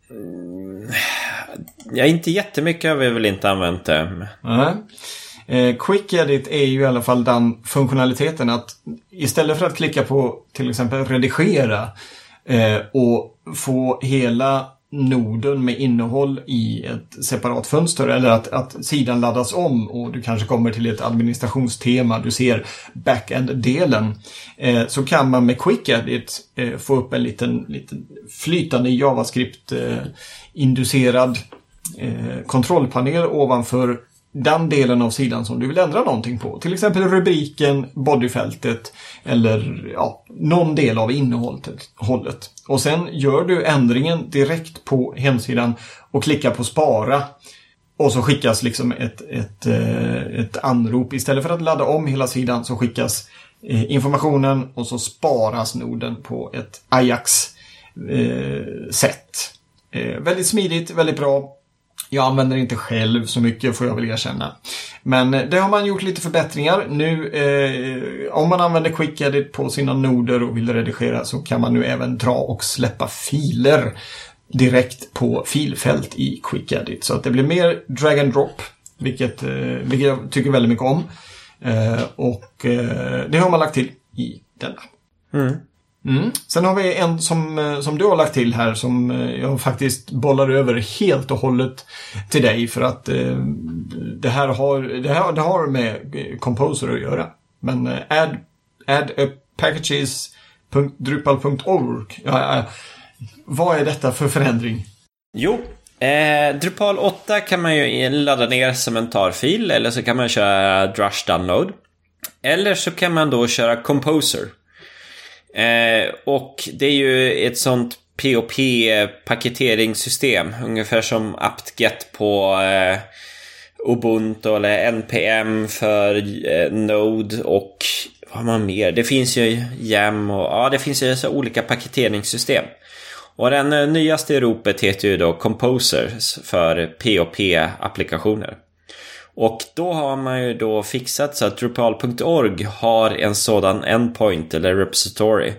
Ja, inte jättemycket har vi väl inte använt det. Quick Edit är ju i alla fall den funktionaliteten att istället för att klicka på till exempel redigera och få hela noden med innehåll i ett separat fönster, eller att sidan laddas om och du kanske kommer till ett administrationstema, du ser backend-delen, så kan man med Quick Edit få upp en liten flytande JavaScript-inducerad kontrollpanel ovanför den delen av sidan som du vill ändra någonting på. Till exempel rubriken, bodyfältet eller någon del av innehållet. Och sen gör du ändringen direkt på hemsidan och klickar på spara. Och så skickas liksom ett anrop. Istället för att ladda om hela sidan så skickas informationen och så sparas noden på ett Ajax-sätt. Väldigt smidigt, väldigt bra. Jag använder inte själv så mycket, får jag väl erkänna. Men det har man gjort lite förbättringar. Nu, om man använder Quick Edit på sina noder och vill redigera, så kan man nu även dra och släppa filer direkt på filfält i Quick Edit. Så att det blir mer drag and drop, vilket jag tycker väldigt mycket om. Och det har man lagt till i denna. Sen har vi en som du har lagt till här, som jag faktiskt bollar över helt och hållet till dig, för att det har med Composer att göra. Men add packages.drupal.org. Vad är detta för förändring? Jo, Drupal 8 kan man ju ladda ner som en tar-fil, eller så kan man köra Drush download. Eller så kan man då köra Composer. Och det är ju ett sånt POP-paketeringssystem, ungefär som apt-get på Ubuntu eller NPM för Node, och vad har man mer? Det finns ju YAM och det finns ju så olika paketeringssystem. Och den nyaste i ropet heter ju då Composer för POP-applikationer. Och då har man ju då fixat så att Drupal.org har en sådan endpoint eller repository,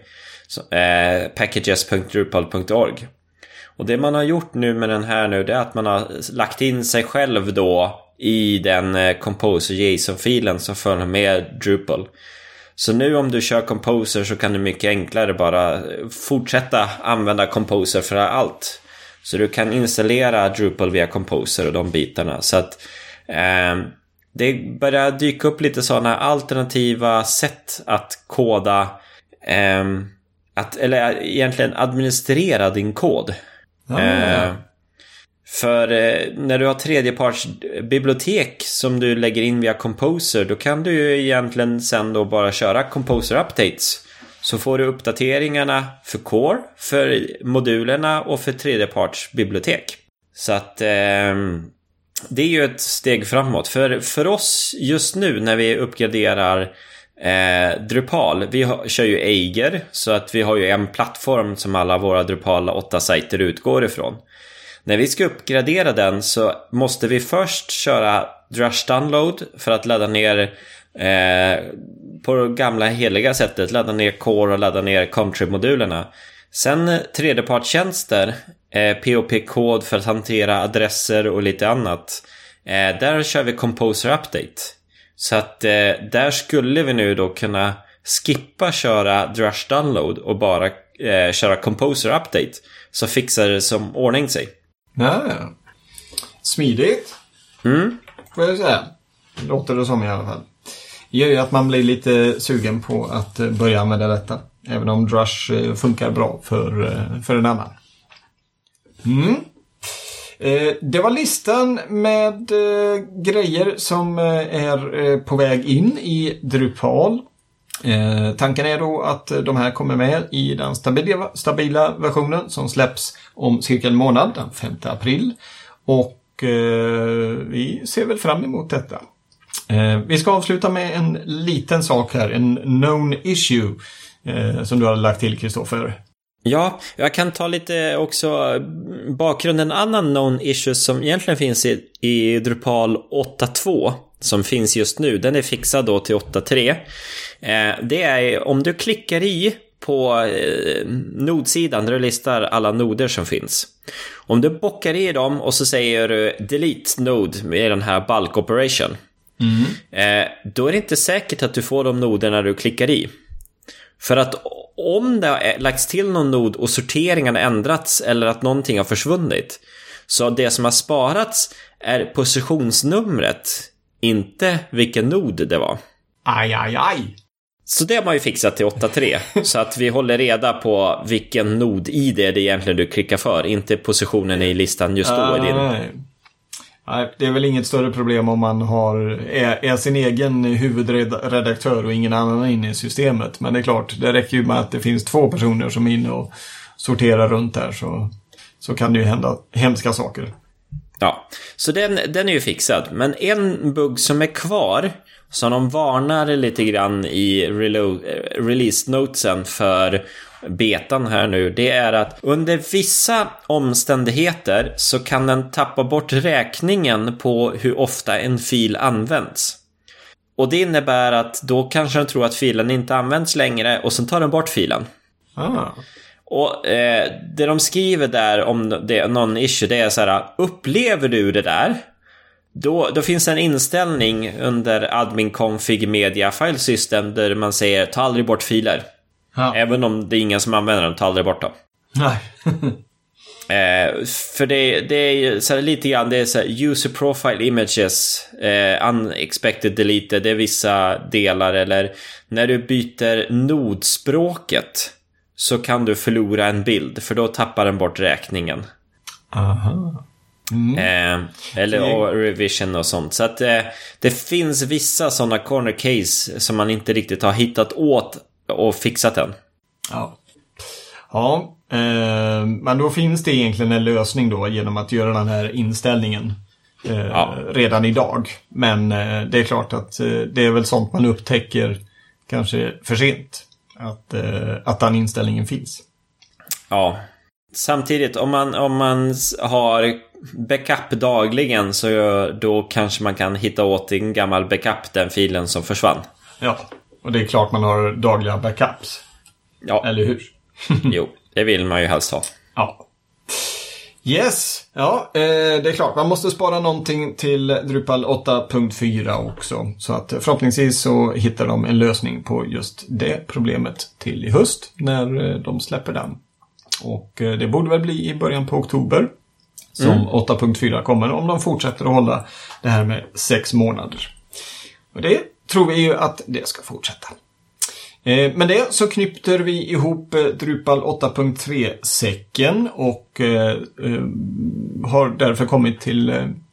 packages.drupal.org. Och det man har gjort nu med den här nu, det är att man har lagt in sig själv då i den Composer JSON-filen som följer med Drupal. Så nu om du kör Composer så kan du mycket enklare bara fortsätta använda Composer för allt. Så du kan installera Drupal via Composer och de bitarna. Så att det börjar dyka upp lite sådana alternativa sätt att koda, eller egentligen administrera din kod. För när du har tredjepartsbibliotek som du lägger in via Composer, då kan du ju egentligen sen då bara köra Composer updates. så får du uppdateringarna för Core, för modulerna och för tredjepartsbibliotek. Så att det är ju ett steg framåt. För oss just nu när vi uppgraderar Drupal, kör ju Eiger, så att vi har ju en plattform som alla våra Drupal 8-sajter utgår ifrån. När vi ska uppgradera den så måste vi först köra Drush Download för att ladda ner på det gamla heliga sättet, ladda ner Core och ladda ner Country-modulerna. Sen tredjepartstjänster, POP-kod för att hantera adresser och lite annat. Där kör vi Composer Update. Så att där skulle vi nu då kunna skippa köra Drush Download och bara köra Composer Update, så fixar det som ordning sig. Ja. Smidigt. Får jag säga. Låter det som i alla fall. Det gör ju att man blir lite sugen på att börja använda detta. Även om Drush funkar bra för en annan. Det var listan med grejer som är på väg in i Drupal. Tanken är då att de här kommer med i den stabila versionen som släpps om cirka en månad, den 5 april. Och vi ser väl fram emot detta. Vi ska avsluta med en liten sak här, en known issue som du har lagt till, Kristoffer. Ja, jag kan ta lite också bakgrunden. En annan known issue som egentligen finns i Drupal 8.2 som finns just nu, den är fixad då till 8.3. Det är om du klickar i på nodsidan där du listar alla noder som finns. Om du bockar i dem och så säger du delete node med den här bulk operation, då är det inte säkert att du får de noderna du klickar i. För att om det har lagts till någon nod och sorteringen har ändrats eller att någonting har försvunnit, så det som har sparats är positionsnumret, inte vilken nod det var. Aj. Så det har man ju fixat till 8.3. Så att vi håller reda på vilken nod i det egentligen du klickar för, inte positionen i listan just då i din. Nej, det är väl inget större problem om man är sin egen huvudredaktör och ingen annan inne i systemet. Men det är klart, det räcker ju med att det finns 2 personer som är inne och sorterar runt där, så kan det ju hända hemska saker. Ja, så den är ju fixad. Men en bugg som är kvar, som de varnar lite grann i release-notesen för betan här nu, det är att under vissa omständigheter så kan den tappa bort räkningen på hur ofta en fil används. Och det innebär att då kanske den tror att filen inte används längre och sen tar den bort filen. Och det de skriver där om det, någon issue, det är så här: upplever du det där? Då finns en inställning under admin config media file system där man säger ta aldrig bort filer. Även om det är ingen som använder dem, ta aldrig bort dem. Nej. För det är så här, lite grann, det är så här, user profile images, unexpected deleted, det är vissa delar, eller när du byter nodspråket så kan du förlora en bild, för då tappar den bort räkningen. Aha. Eller revision och sånt. Så att det finns vissa sådana corner case som man inte riktigt har hittat åt och fixat än. Ja, men då finns det egentligen en lösning då genom att göra den här inställningen redan idag. Men det är klart att det är väl sånt man upptäcker kanske för sent, att den inställningen finns. Ja. Samtidigt, om man har backup dagligen, så då kanske man kan hitta åt en gammal backup, den filen som försvann. Ja, och det är klart man har dagliga backups. Ja. Eller hur? Jo, det vill man ju helst ha. Ja. Yes, ja, det är klart. Man måste spara någonting till Drupal 8.4 också. Så att förhoppningsvis så hittar de en lösning på just det problemet till i höst när de släpper den. Och det borde väl bli i början på oktober som 8.4 kommer, om de fortsätter att hålla det här med 6 månader. Och det tror vi ju att det ska fortsätta. Men det så knypter vi ihop Drupal 8.3-säcken och har därför kommit till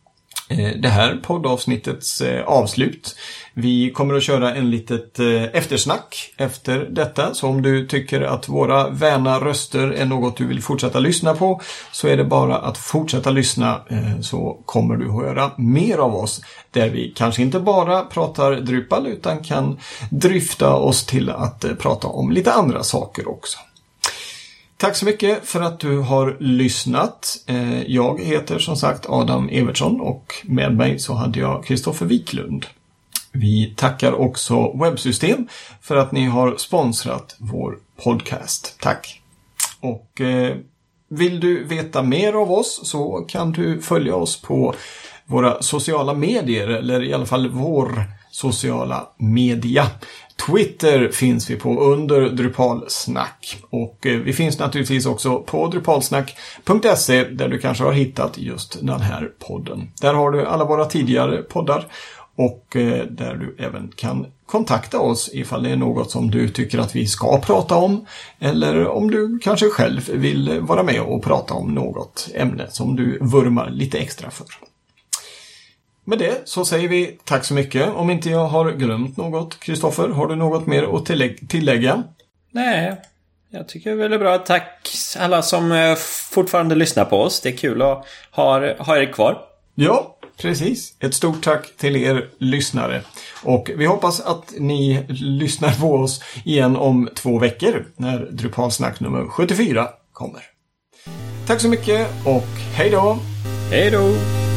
det här poddavsnittets avslut. Vi kommer att köra en litet eftersnack efter detta. Så om du tycker att våra väna röster är något du vill fortsätta lyssna på, så är det bara att fortsätta lyssna, så kommer du att höra mer av oss. Där vi kanske inte bara pratar Drupal utan kan dryfta oss till att prata om lite andra saker också. Tack så mycket för att du har lyssnat. Jag heter som sagt Adam Evertsson och med mig så hade jag Kristoffer Wiklund. Vi tackar också Webbsystem för att ni har sponsrat vår podcast. Tack! Och vill du veta mer av oss så kan du följa oss på våra sociala medier, eller i alla fall vår sociala media. Twitter finns vi på under Drupalsnack, och vi finns naturligtvis också på drupalsnack.se där du kanske har hittat just den här podden. Där har du alla våra tidigare poddar och där du även kan kontakta oss ifall det är något som du tycker att vi ska prata om, eller om du kanske själv vill vara med och prata om något ämne som du vurmar lite extra för. Med det så säger vi tack så mycket. Om inte jag har glömt något, Kristoffer, har du något mer att tillägga? Nej, jag tycker det är väldigt bra. Tack alla som fortfarande lyssnar på oss. Det är kul att ha er kvar. Ja, precis. Ett stort tack till er lyssnare. Och vi hoppas att ni lyssnar på oss igen om 2 veckor när Drupalsnack nummer 74 kommer. Tack så mycket och hej då! Hej då!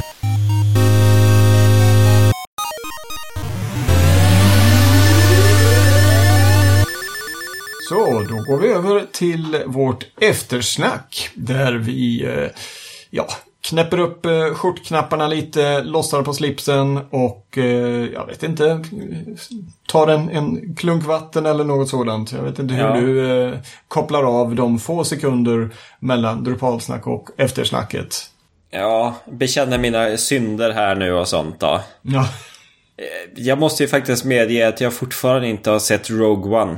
Så, då går vi över till vårt eftersnack där vi knäpper upp skjortknapparna lite, lossar på slipsen och jag vet inte, tar en klunk vatten eller något sådant. Jag vet inte hur du kopplar av de få sekunder mellan Drupalsnack och eftersnacket. Ja, bekänner mina synder här nu och sånt då. Ja. Jag måste ju faktiskt medge att jag fortfarande inte har sett Rogue One.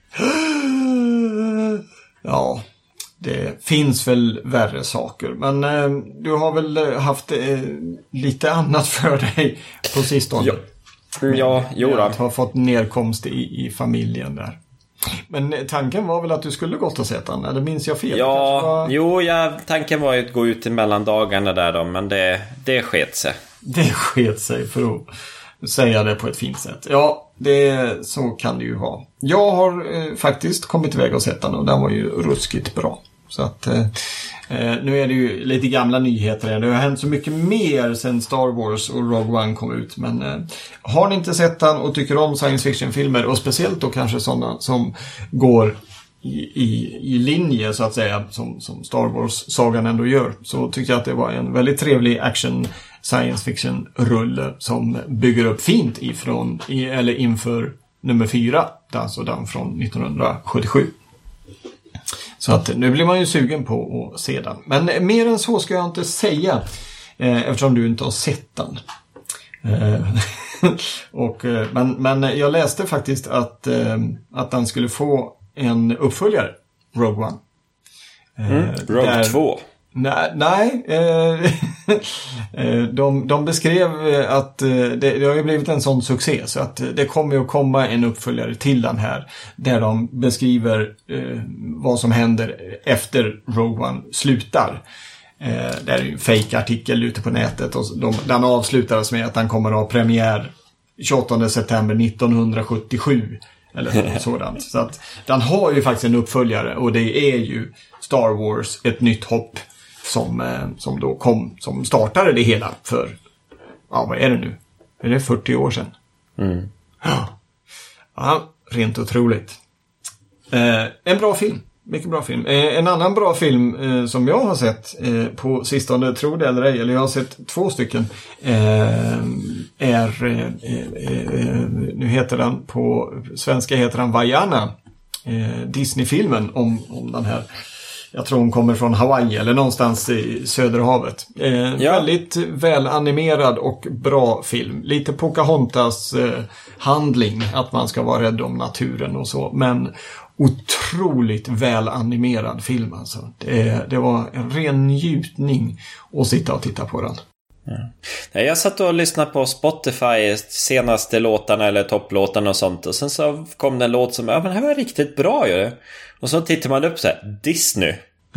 Ja, det finns väl värre saker. Men du har väl haft lite annat för dig på sistone. Ja, jo då. Att ha fått nedkomst i familjen där. Men tanken var väl att du skulle gått och sett den, eller minns jag fel? Ja, tanken var ju att gå ut i mellandagarna där då, men det sket sig. Det sket sig, för att säga det på ett fint sätt. Ja, så kan det ju vara. Jag har faktiskt kommit iväg och sett den, och den var ju ruskigt bra. Så att nu är det ju lite gamla nyheter. Det har hänt så mycket mer sen Star Wars och Rogue One kom ut. Men har ni inte sett den och tycker om science fiction-filmer, och speciellt då kanske sådana som går i linje så att säga, som Star Wars-sagan ändå gör, så tycker jag att det var en väldigt trevlig action science fiction-rulle som bygger upp fint inför nummer 4, alltså den från 1977. Så att nu blir man ju sugen på att se den. Men mer än så ska jag inte säga, eftersom du inte har sett den. Men jag läste faktiskt att den skulle få en uppföljare, Rogue One. Rogue 2. Nej, de beskrev att det har ju blivit en sån succé, så att det kommer att komma en uppföljare till den här, där de beskriver vad som händer efter Rogue One slutar. Det är ju en fake-artikel ute på nätet, och den avslutades med att den kommer att ha premiär 28 september 1977 eller något sådant. Så att den har ju faktiskt en uppföljare, och det är ju Star Wars, ett nytt hopp, som då som startade det hela för, vad är det nu? Är det 40 år sedan? Mm. Ja, rent otroligt. En bra film. Mycket bra film. En annan bra film som jag har sett på sistone, tror det eller ej, eller jag har sett 2 stycken, nu heter den på svenska heter den Vaiana, Disney-filmen om den här, jag tror hon kommer från Hawaii eller någonstans i Söderhavet. Väldigt välanimerad och bra film. Lite Pocahontas handling, att man ska vara rädd om naturen och så, men otroligt välanimerad film alltså. Det var en ren njutning att sitta och titta på den. Ja. Jag satt och lyssnade på Spotify senaste låtarna eller topplåtarna och sånt. Och sen så kom det en låt som, men det här var riktigt bra ju. Och så tittar man upp så här, Disney.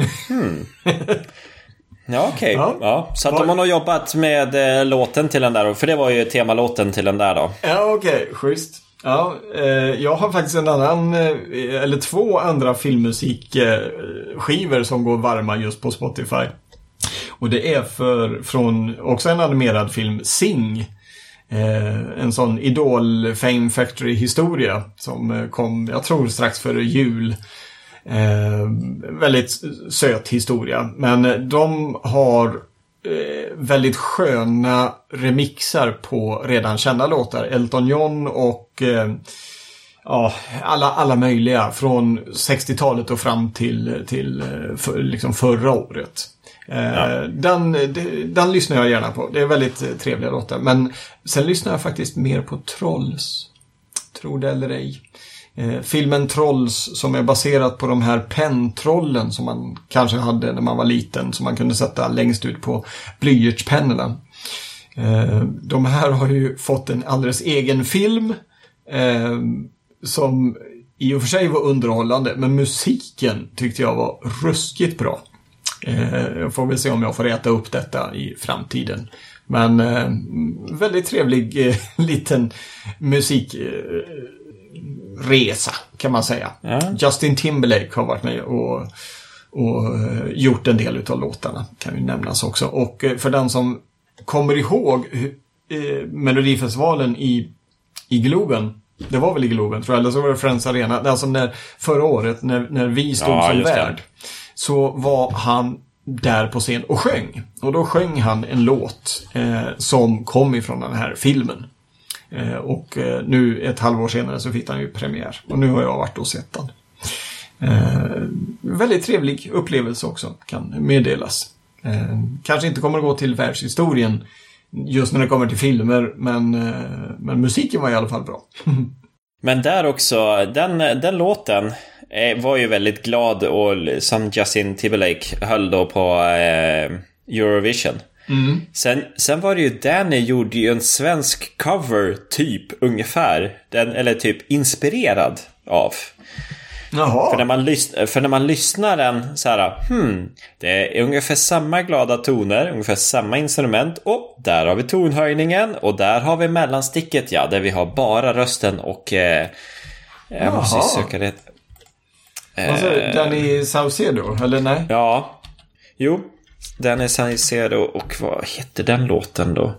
Ja, okej. Ja, så att de har jobbat med låten till den där. För det var ju temalåten till den där då. Ja, okej. Schysst. Ja, jag har faktiskt en annan, eller 2 andra filmmusikskivor som går varma just på Spotify. Och det är från också en animerad film, Sing. En sån Idol Fame Factory historia som kom, jag tror strax före jul. Väldigt söt historia. Men de har väldigt sköna remixar på redan kända låtar. Elton John och alla möjliga från 60-talet och fram till liksom förra året. Den lyssnar jag gärna på. Det är väldigt trevliga låtar. Men sen lyssnar jag faktiskt mer på Trolls. Tror det eller ej. Filmen Trolls som är baserat på de här penntrollen som man kanske hade när man var liten, som man kunde sätta längst ut på blyertspennorna. De här har ju fått en alldeles egen film som i och för sig var underhållande, men musiken tyckte jag var ruskigt bra. Jag får väl se om jag får äta upp detta i framtiden. Men väldigt trevlig liten musikresa kan man säga. Ja. Justin Timberlake har varit med och gjort en del av låtarna, kan ju nämnas också. Och för den som kommer ihåg Melodifestivalen i Globen, det var väl i Globen tror jag, eller så var det Friends Arena, alltså förra året när vi stod som värd, så var han där på scen och sjöng. Och då sjöng han en låt som kom ifrån den här filmen. Och nu ett halvår senare så fick han ju premiär. Och nu har jag varit och sett den. Väldigt trevlig upplevelse också, kan meddelas. Kanske inte kommer att gå till världshistorien just när det kommer till filmer, men musiken var i alla fall bra. Men där också, den låten var ju väldigt glad, och som Justin Timberlake höll då på Eurovision. Sen var det ju, Danny gjorde ju en svensk cover typ ungefär, eller typ inspirerad av. Jaha. För när man lyssnar den så här, det är ungefär samma glada toner, ungefär samma instrument, och där har vi tonhöjningen, och där har vi mellansticket, där vi har bara rösten, och jag måste söka det. Alltså, Danny Saucedo, eller nej? Ja, jo, Danny Saucedo, och vad heter den låten då?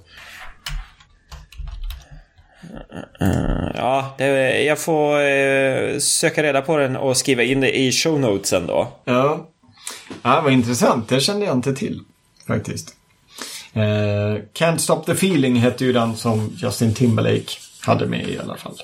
Jag får söka reda på den och skriva in det i show notesen då. Ja, vad intressant. Det kände jag inte till faktiskt. Can't Stop the Feeling hette ju den som Justin Timberlake hade med i alla fall.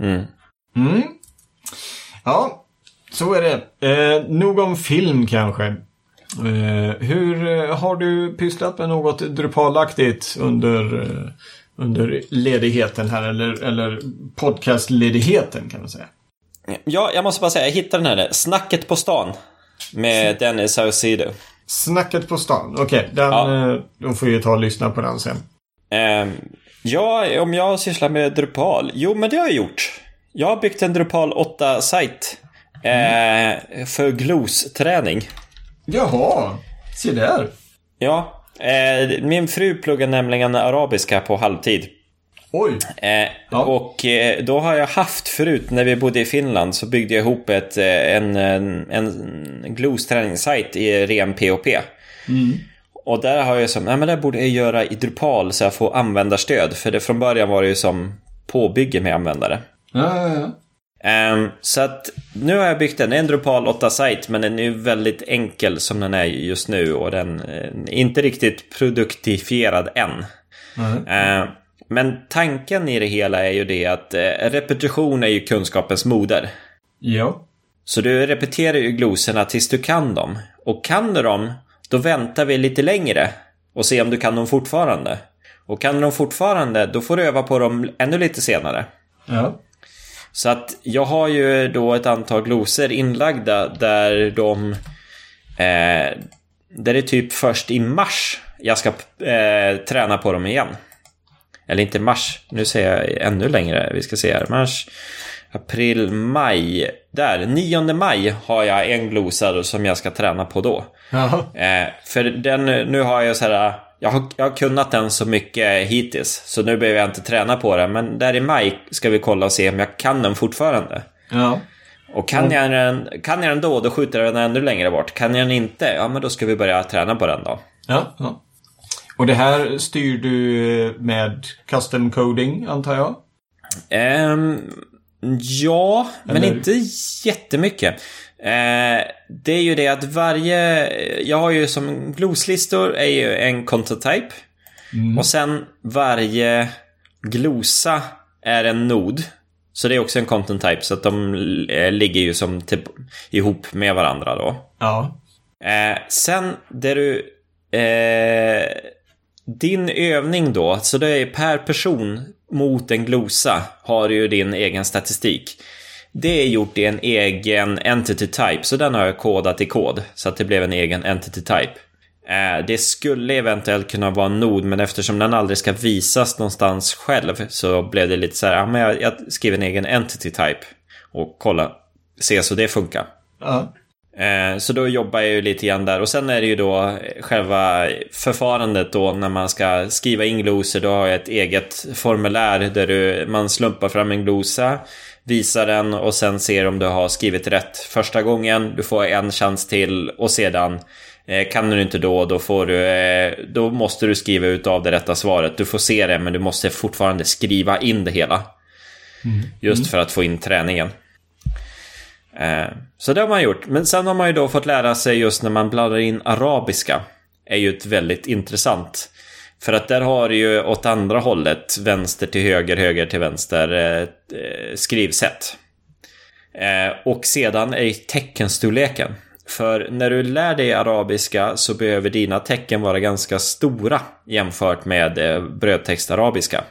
Ja, så är det. Nog om film kanske. Hur har du pysslat med något Drupalaktigt under ledigheten här, eller podcastledigheten kan man säga? Ja, jag måste bara säga, jag hittade den här Snacket på stan med Danny Saucedo. Snacket på stan, okej. De får ju ta och lyssna på den sen. Om jag sysslar med Drupal. Jo, men det har jag gjort. Jag har byggt en Drupal 8-sajt för GLOS-träning. Jaha, se där. Ja, min fru pluggar nämligen arabiska på halvtid. Oj. Och då har jag haft förut, när vi bodde i Finland, så byggde jag ihop en GLOS-träningssajt i ren PHP. Och där har jag men det borde jag göra i Drupal så jag får användarstöd. För det från början var det ju som påbygge med användare. Ja. Så att nu har jag byggt en Drupal 8-sajt, men den är ju väldigt enkel som den är just nu, och den är inte riktigt produktifierad än. Men tanken i det hela är ju det att repetition är ju kunskapens moder. Ja. Så du repeterar ju gloserna tills du kan dem. Och kan du dem, då väntar vi lite längre och se om du kan dem fortfarande. Och kan du dem fortfarande, då får du öva på dem ännu lite senare. Ja. Så att jag har ju då ett antal gloser inlagda där det är typ först i mars jag ska träna på dem igen. Eller inte mars. Nu säger jag ännu längre. Vi ska se här. Mars, april, maj. Där, 9 maj har jag en glosa som jag ska träna på då. För den, nu har jag så här... Jag har kunnat den så mycket hittills. Så nu behöver jag inte träna på den. Men där i maj ska vi kolla och se om jag kan den fortfarande. Ja. Och kan jag den då skjuter jag den ännu längre bort. Kan jag den inte, ja men då ska vi börja träna på den då. Ja. Och det här styr du med custom coding, antar jag? Ja, men inte jättemycket. Det är ju det att jag har ju som gloslistor är ju en content type. Och sen varje glosa är en nod. Så det är också en content type, så att de ligger ju som typ ihop med varandra då. Ja. Sen där du din övning då, så det är per person mot en glosa har ju din egen statistik. Det är gjort i en egen entity type, så den har jag kodat i kod så att det blev en egen entity type. Det skulle eventuellt kunna vara en nod, men eftersom den aldrig ska visas någonstans själv så blev det lite så här, men jag skriver en egen entity type och se så det funkar. Så då jobbar jag ju lite grann där. Och sen är det ju då själva förfarandet då när man ska skriva in glosor. Då har jag ett eget formulär där man slumpar fram en glosa, visar den och sen ser om du har skrivit rätt första gången. Du får en chans till och sedan kan du inte då måste du skriva ut av det rätta svaret. Du får se det, men du måste fortfarande skriva in det hela. Just för att få in träningen. Så det har man gjort. Men sen har man ju då fått lära sig just när man blandar in arabiska. Är ju ett väldigt intressant. För att där har du ju åt andra hållet, vänster till höger, höger till vänster skrivsätt. Och sedan är teckenstorleken. För när du lär dig arabiska så behöver dina tecken vara ganska stora jämfört med brödtext-arabiska.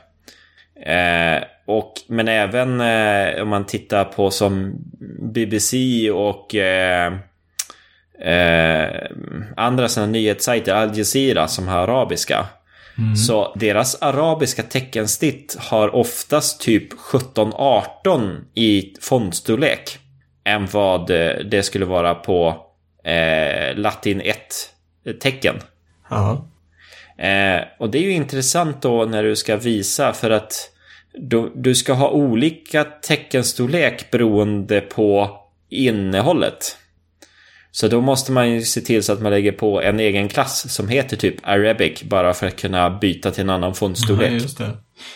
Men även om man tittar på som BBC och andra sådana nyhetssajter, Al Jazeera som har arabiska. Så deras arabiska teckensnitt har oftast typ 17-18 i fontstorlek än vad det skulle vara på latin 1-tecken. Och det är ju intressant då när du ska visa, för att du ska ha olika teckenstorlek beroende på innehållet. Så då måste man ju se till så att man lägger på en egen klass som heter typ Arabic, bara för att kunna byta till en annan fontstorlek. Ja, just det.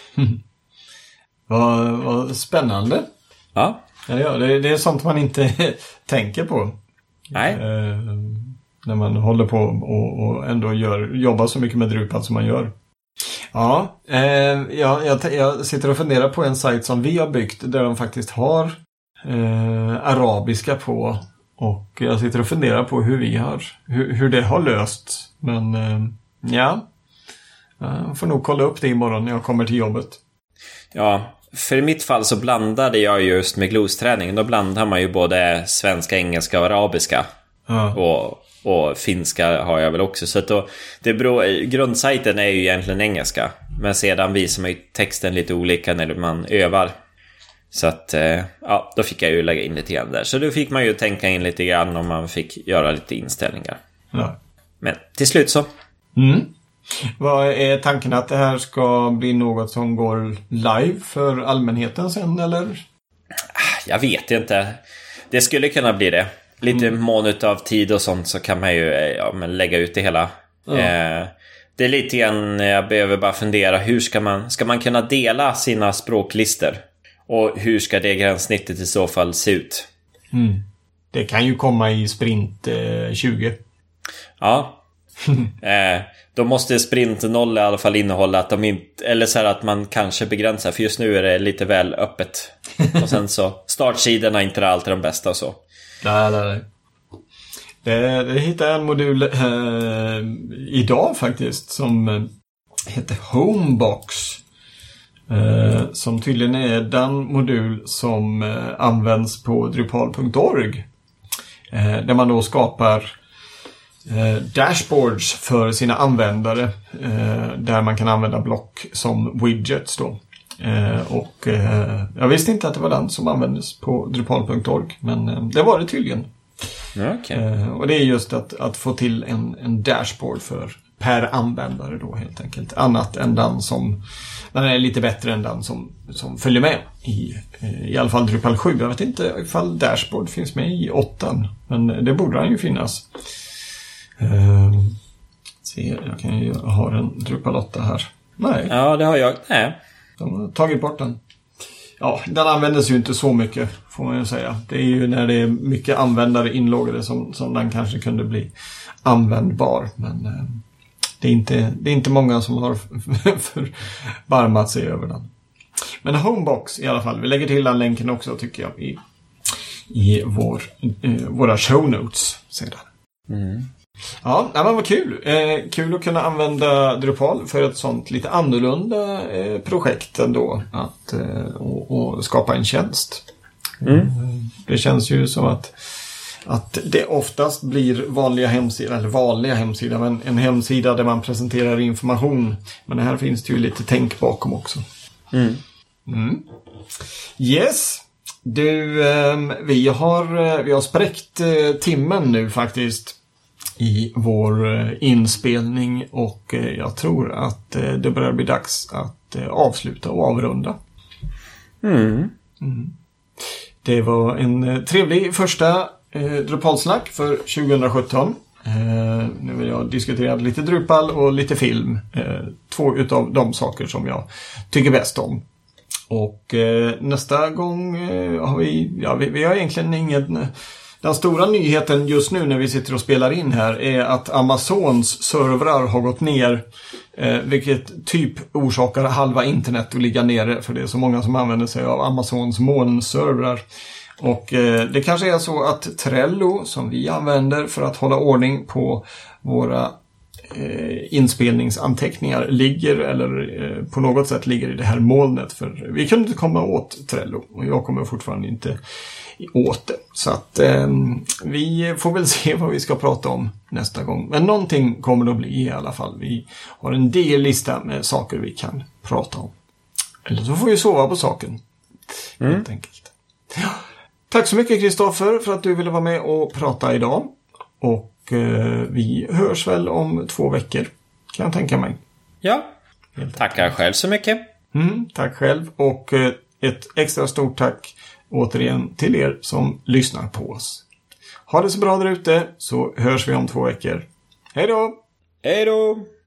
Vad spännande. Ja. Ja, det är sånt man inte tänker på. Nej. När man håller på och ändå jobbar så mycket med Drupal som man gör. Ja, jag sitter och funderar på en sajt som vi har byggt där de faktiskt har arabiska på. Och jag sitter och funderar på hur det har löst. Men jag får nog kolla upp det imorgon när jag kommer till jobbet. Ja, för i mitt fall så blandade jag just med glosträning. Då blandar man ju både svenska, engelska och arabiska. Och finska har jag väl också. Så att då, grundsajten är ju egentligen engelska. Men sedan visar man ju texten lite olika när man övar. Så att, då fick jag ju lägga in lite grann där. Så då fick man ju tänka in lite grann om man fick göra lite inställningar. Ja. Men till slut så. Vad är tanken, att det här ska bli något som går live för allmänheten sen, eller? Jag vet inte. Det skulle kunna bli det. Lite mån av tid och sånt, så kan man ju lägga ut det hela. Det är lite grann, jag behöver bara fundera, hur ska man kunna dela sina språklister? Och hur ska det gränssnittet i så fall se ut? Det kan ju komma i sprint 20. Ja. Då måste sprint 0 i alla fall innehålla att de inte, eller så här att man kanske begränsar, för just nu är det lite väl öppet. Och sen så startsidorna är inte alltid de bästa och så. Nej. Det hittade jag en modul idag faktiskt som heter Homebox. Som tydligen är den modul som används på Drupal.org. Där man då skapar dashboards för sina användare där man kan använda block som widgets då. Och jag visste inte att det var den som användes på Drupal.org, men det var det tydligen. Okay. Och det är just att få till en dashboard per användare då helt enkelt. Annat än den som, den är lite bättre än den som följer med i alla fall Drupal 7. Jag vet inte ifall dashboard finns med i 8, men det borde den ju finnas. Se, jag kan ju ha en Drupal 8 här. Nej. Ja, det har jag. Nej. De har tagit bort den. Ja, den användes ju inte så mycket, får man ju säga. Det är ju när det är mycket användare inloggade som den kanske kunde bli användbar. Men det är inte många som har förbarmat sig över den. Men Homebox i alla fall. Vi lägger till den länken också, tycker jag, i våra show notes sedan. Mm. Ja, men vad kul. Kul att kunna använda Drupal för ett sånt lite annorlunda projekt ändå. Och skapa en tjänst. Mm. Det känns ju som att det oftast blir vanliga hemsidor, men en hemsida där man presenterar information. Men här finns det ju lite tänk bakom också. Mm. Mm. Yes. Du, vi har spräckt timmen nu faktiskt i vår inspelning, och jag tror att det börjar bli dags att avsluta och avrunda. Mm. Mm. Det var en trevlig första Drupalsnack för 2017. Nu vill jag diskutera lite Drupal och lite film. 2 utav de saker som jag tycker bäst om. Och nästa gång har vi har egentligen ingen... Den stora nyheten just nu när vi sitter och spelar in här är att Amazons servrar har gått ner, vilket typ orsakar halva internet att ligga nere, för det är så många som använder sig av Amazons molnservrar. Och det kanske är så att Trello, som vi använder för att hålla ordning på våra inspelningsanteckningar, ligger eller på något sätt ligger i det här molnet, för vi kunde inte komma åt Trello, och jag kommer fortfarande inte åt det. Så att vi får väl se vad vi ska prata om nästa gång. Men någonting kommer det att bli i alla fall. Vi har en del lista med saker vi kan prata om. Eller så får vi sova på saken. Helt enkelt. Ja. Tack så mycket, Kristoffer, för att du ville vara med och prata idag. Och vi hörs väl om 2 veckor, kan jag tänka mig. Ja, tackar själv så mycket. Tack själv, och ett extra stort tack återigen till er som lyssnar på oss. Ha det så bra där ute, så hörs vi om 2 veckor. Hej då! Hej då!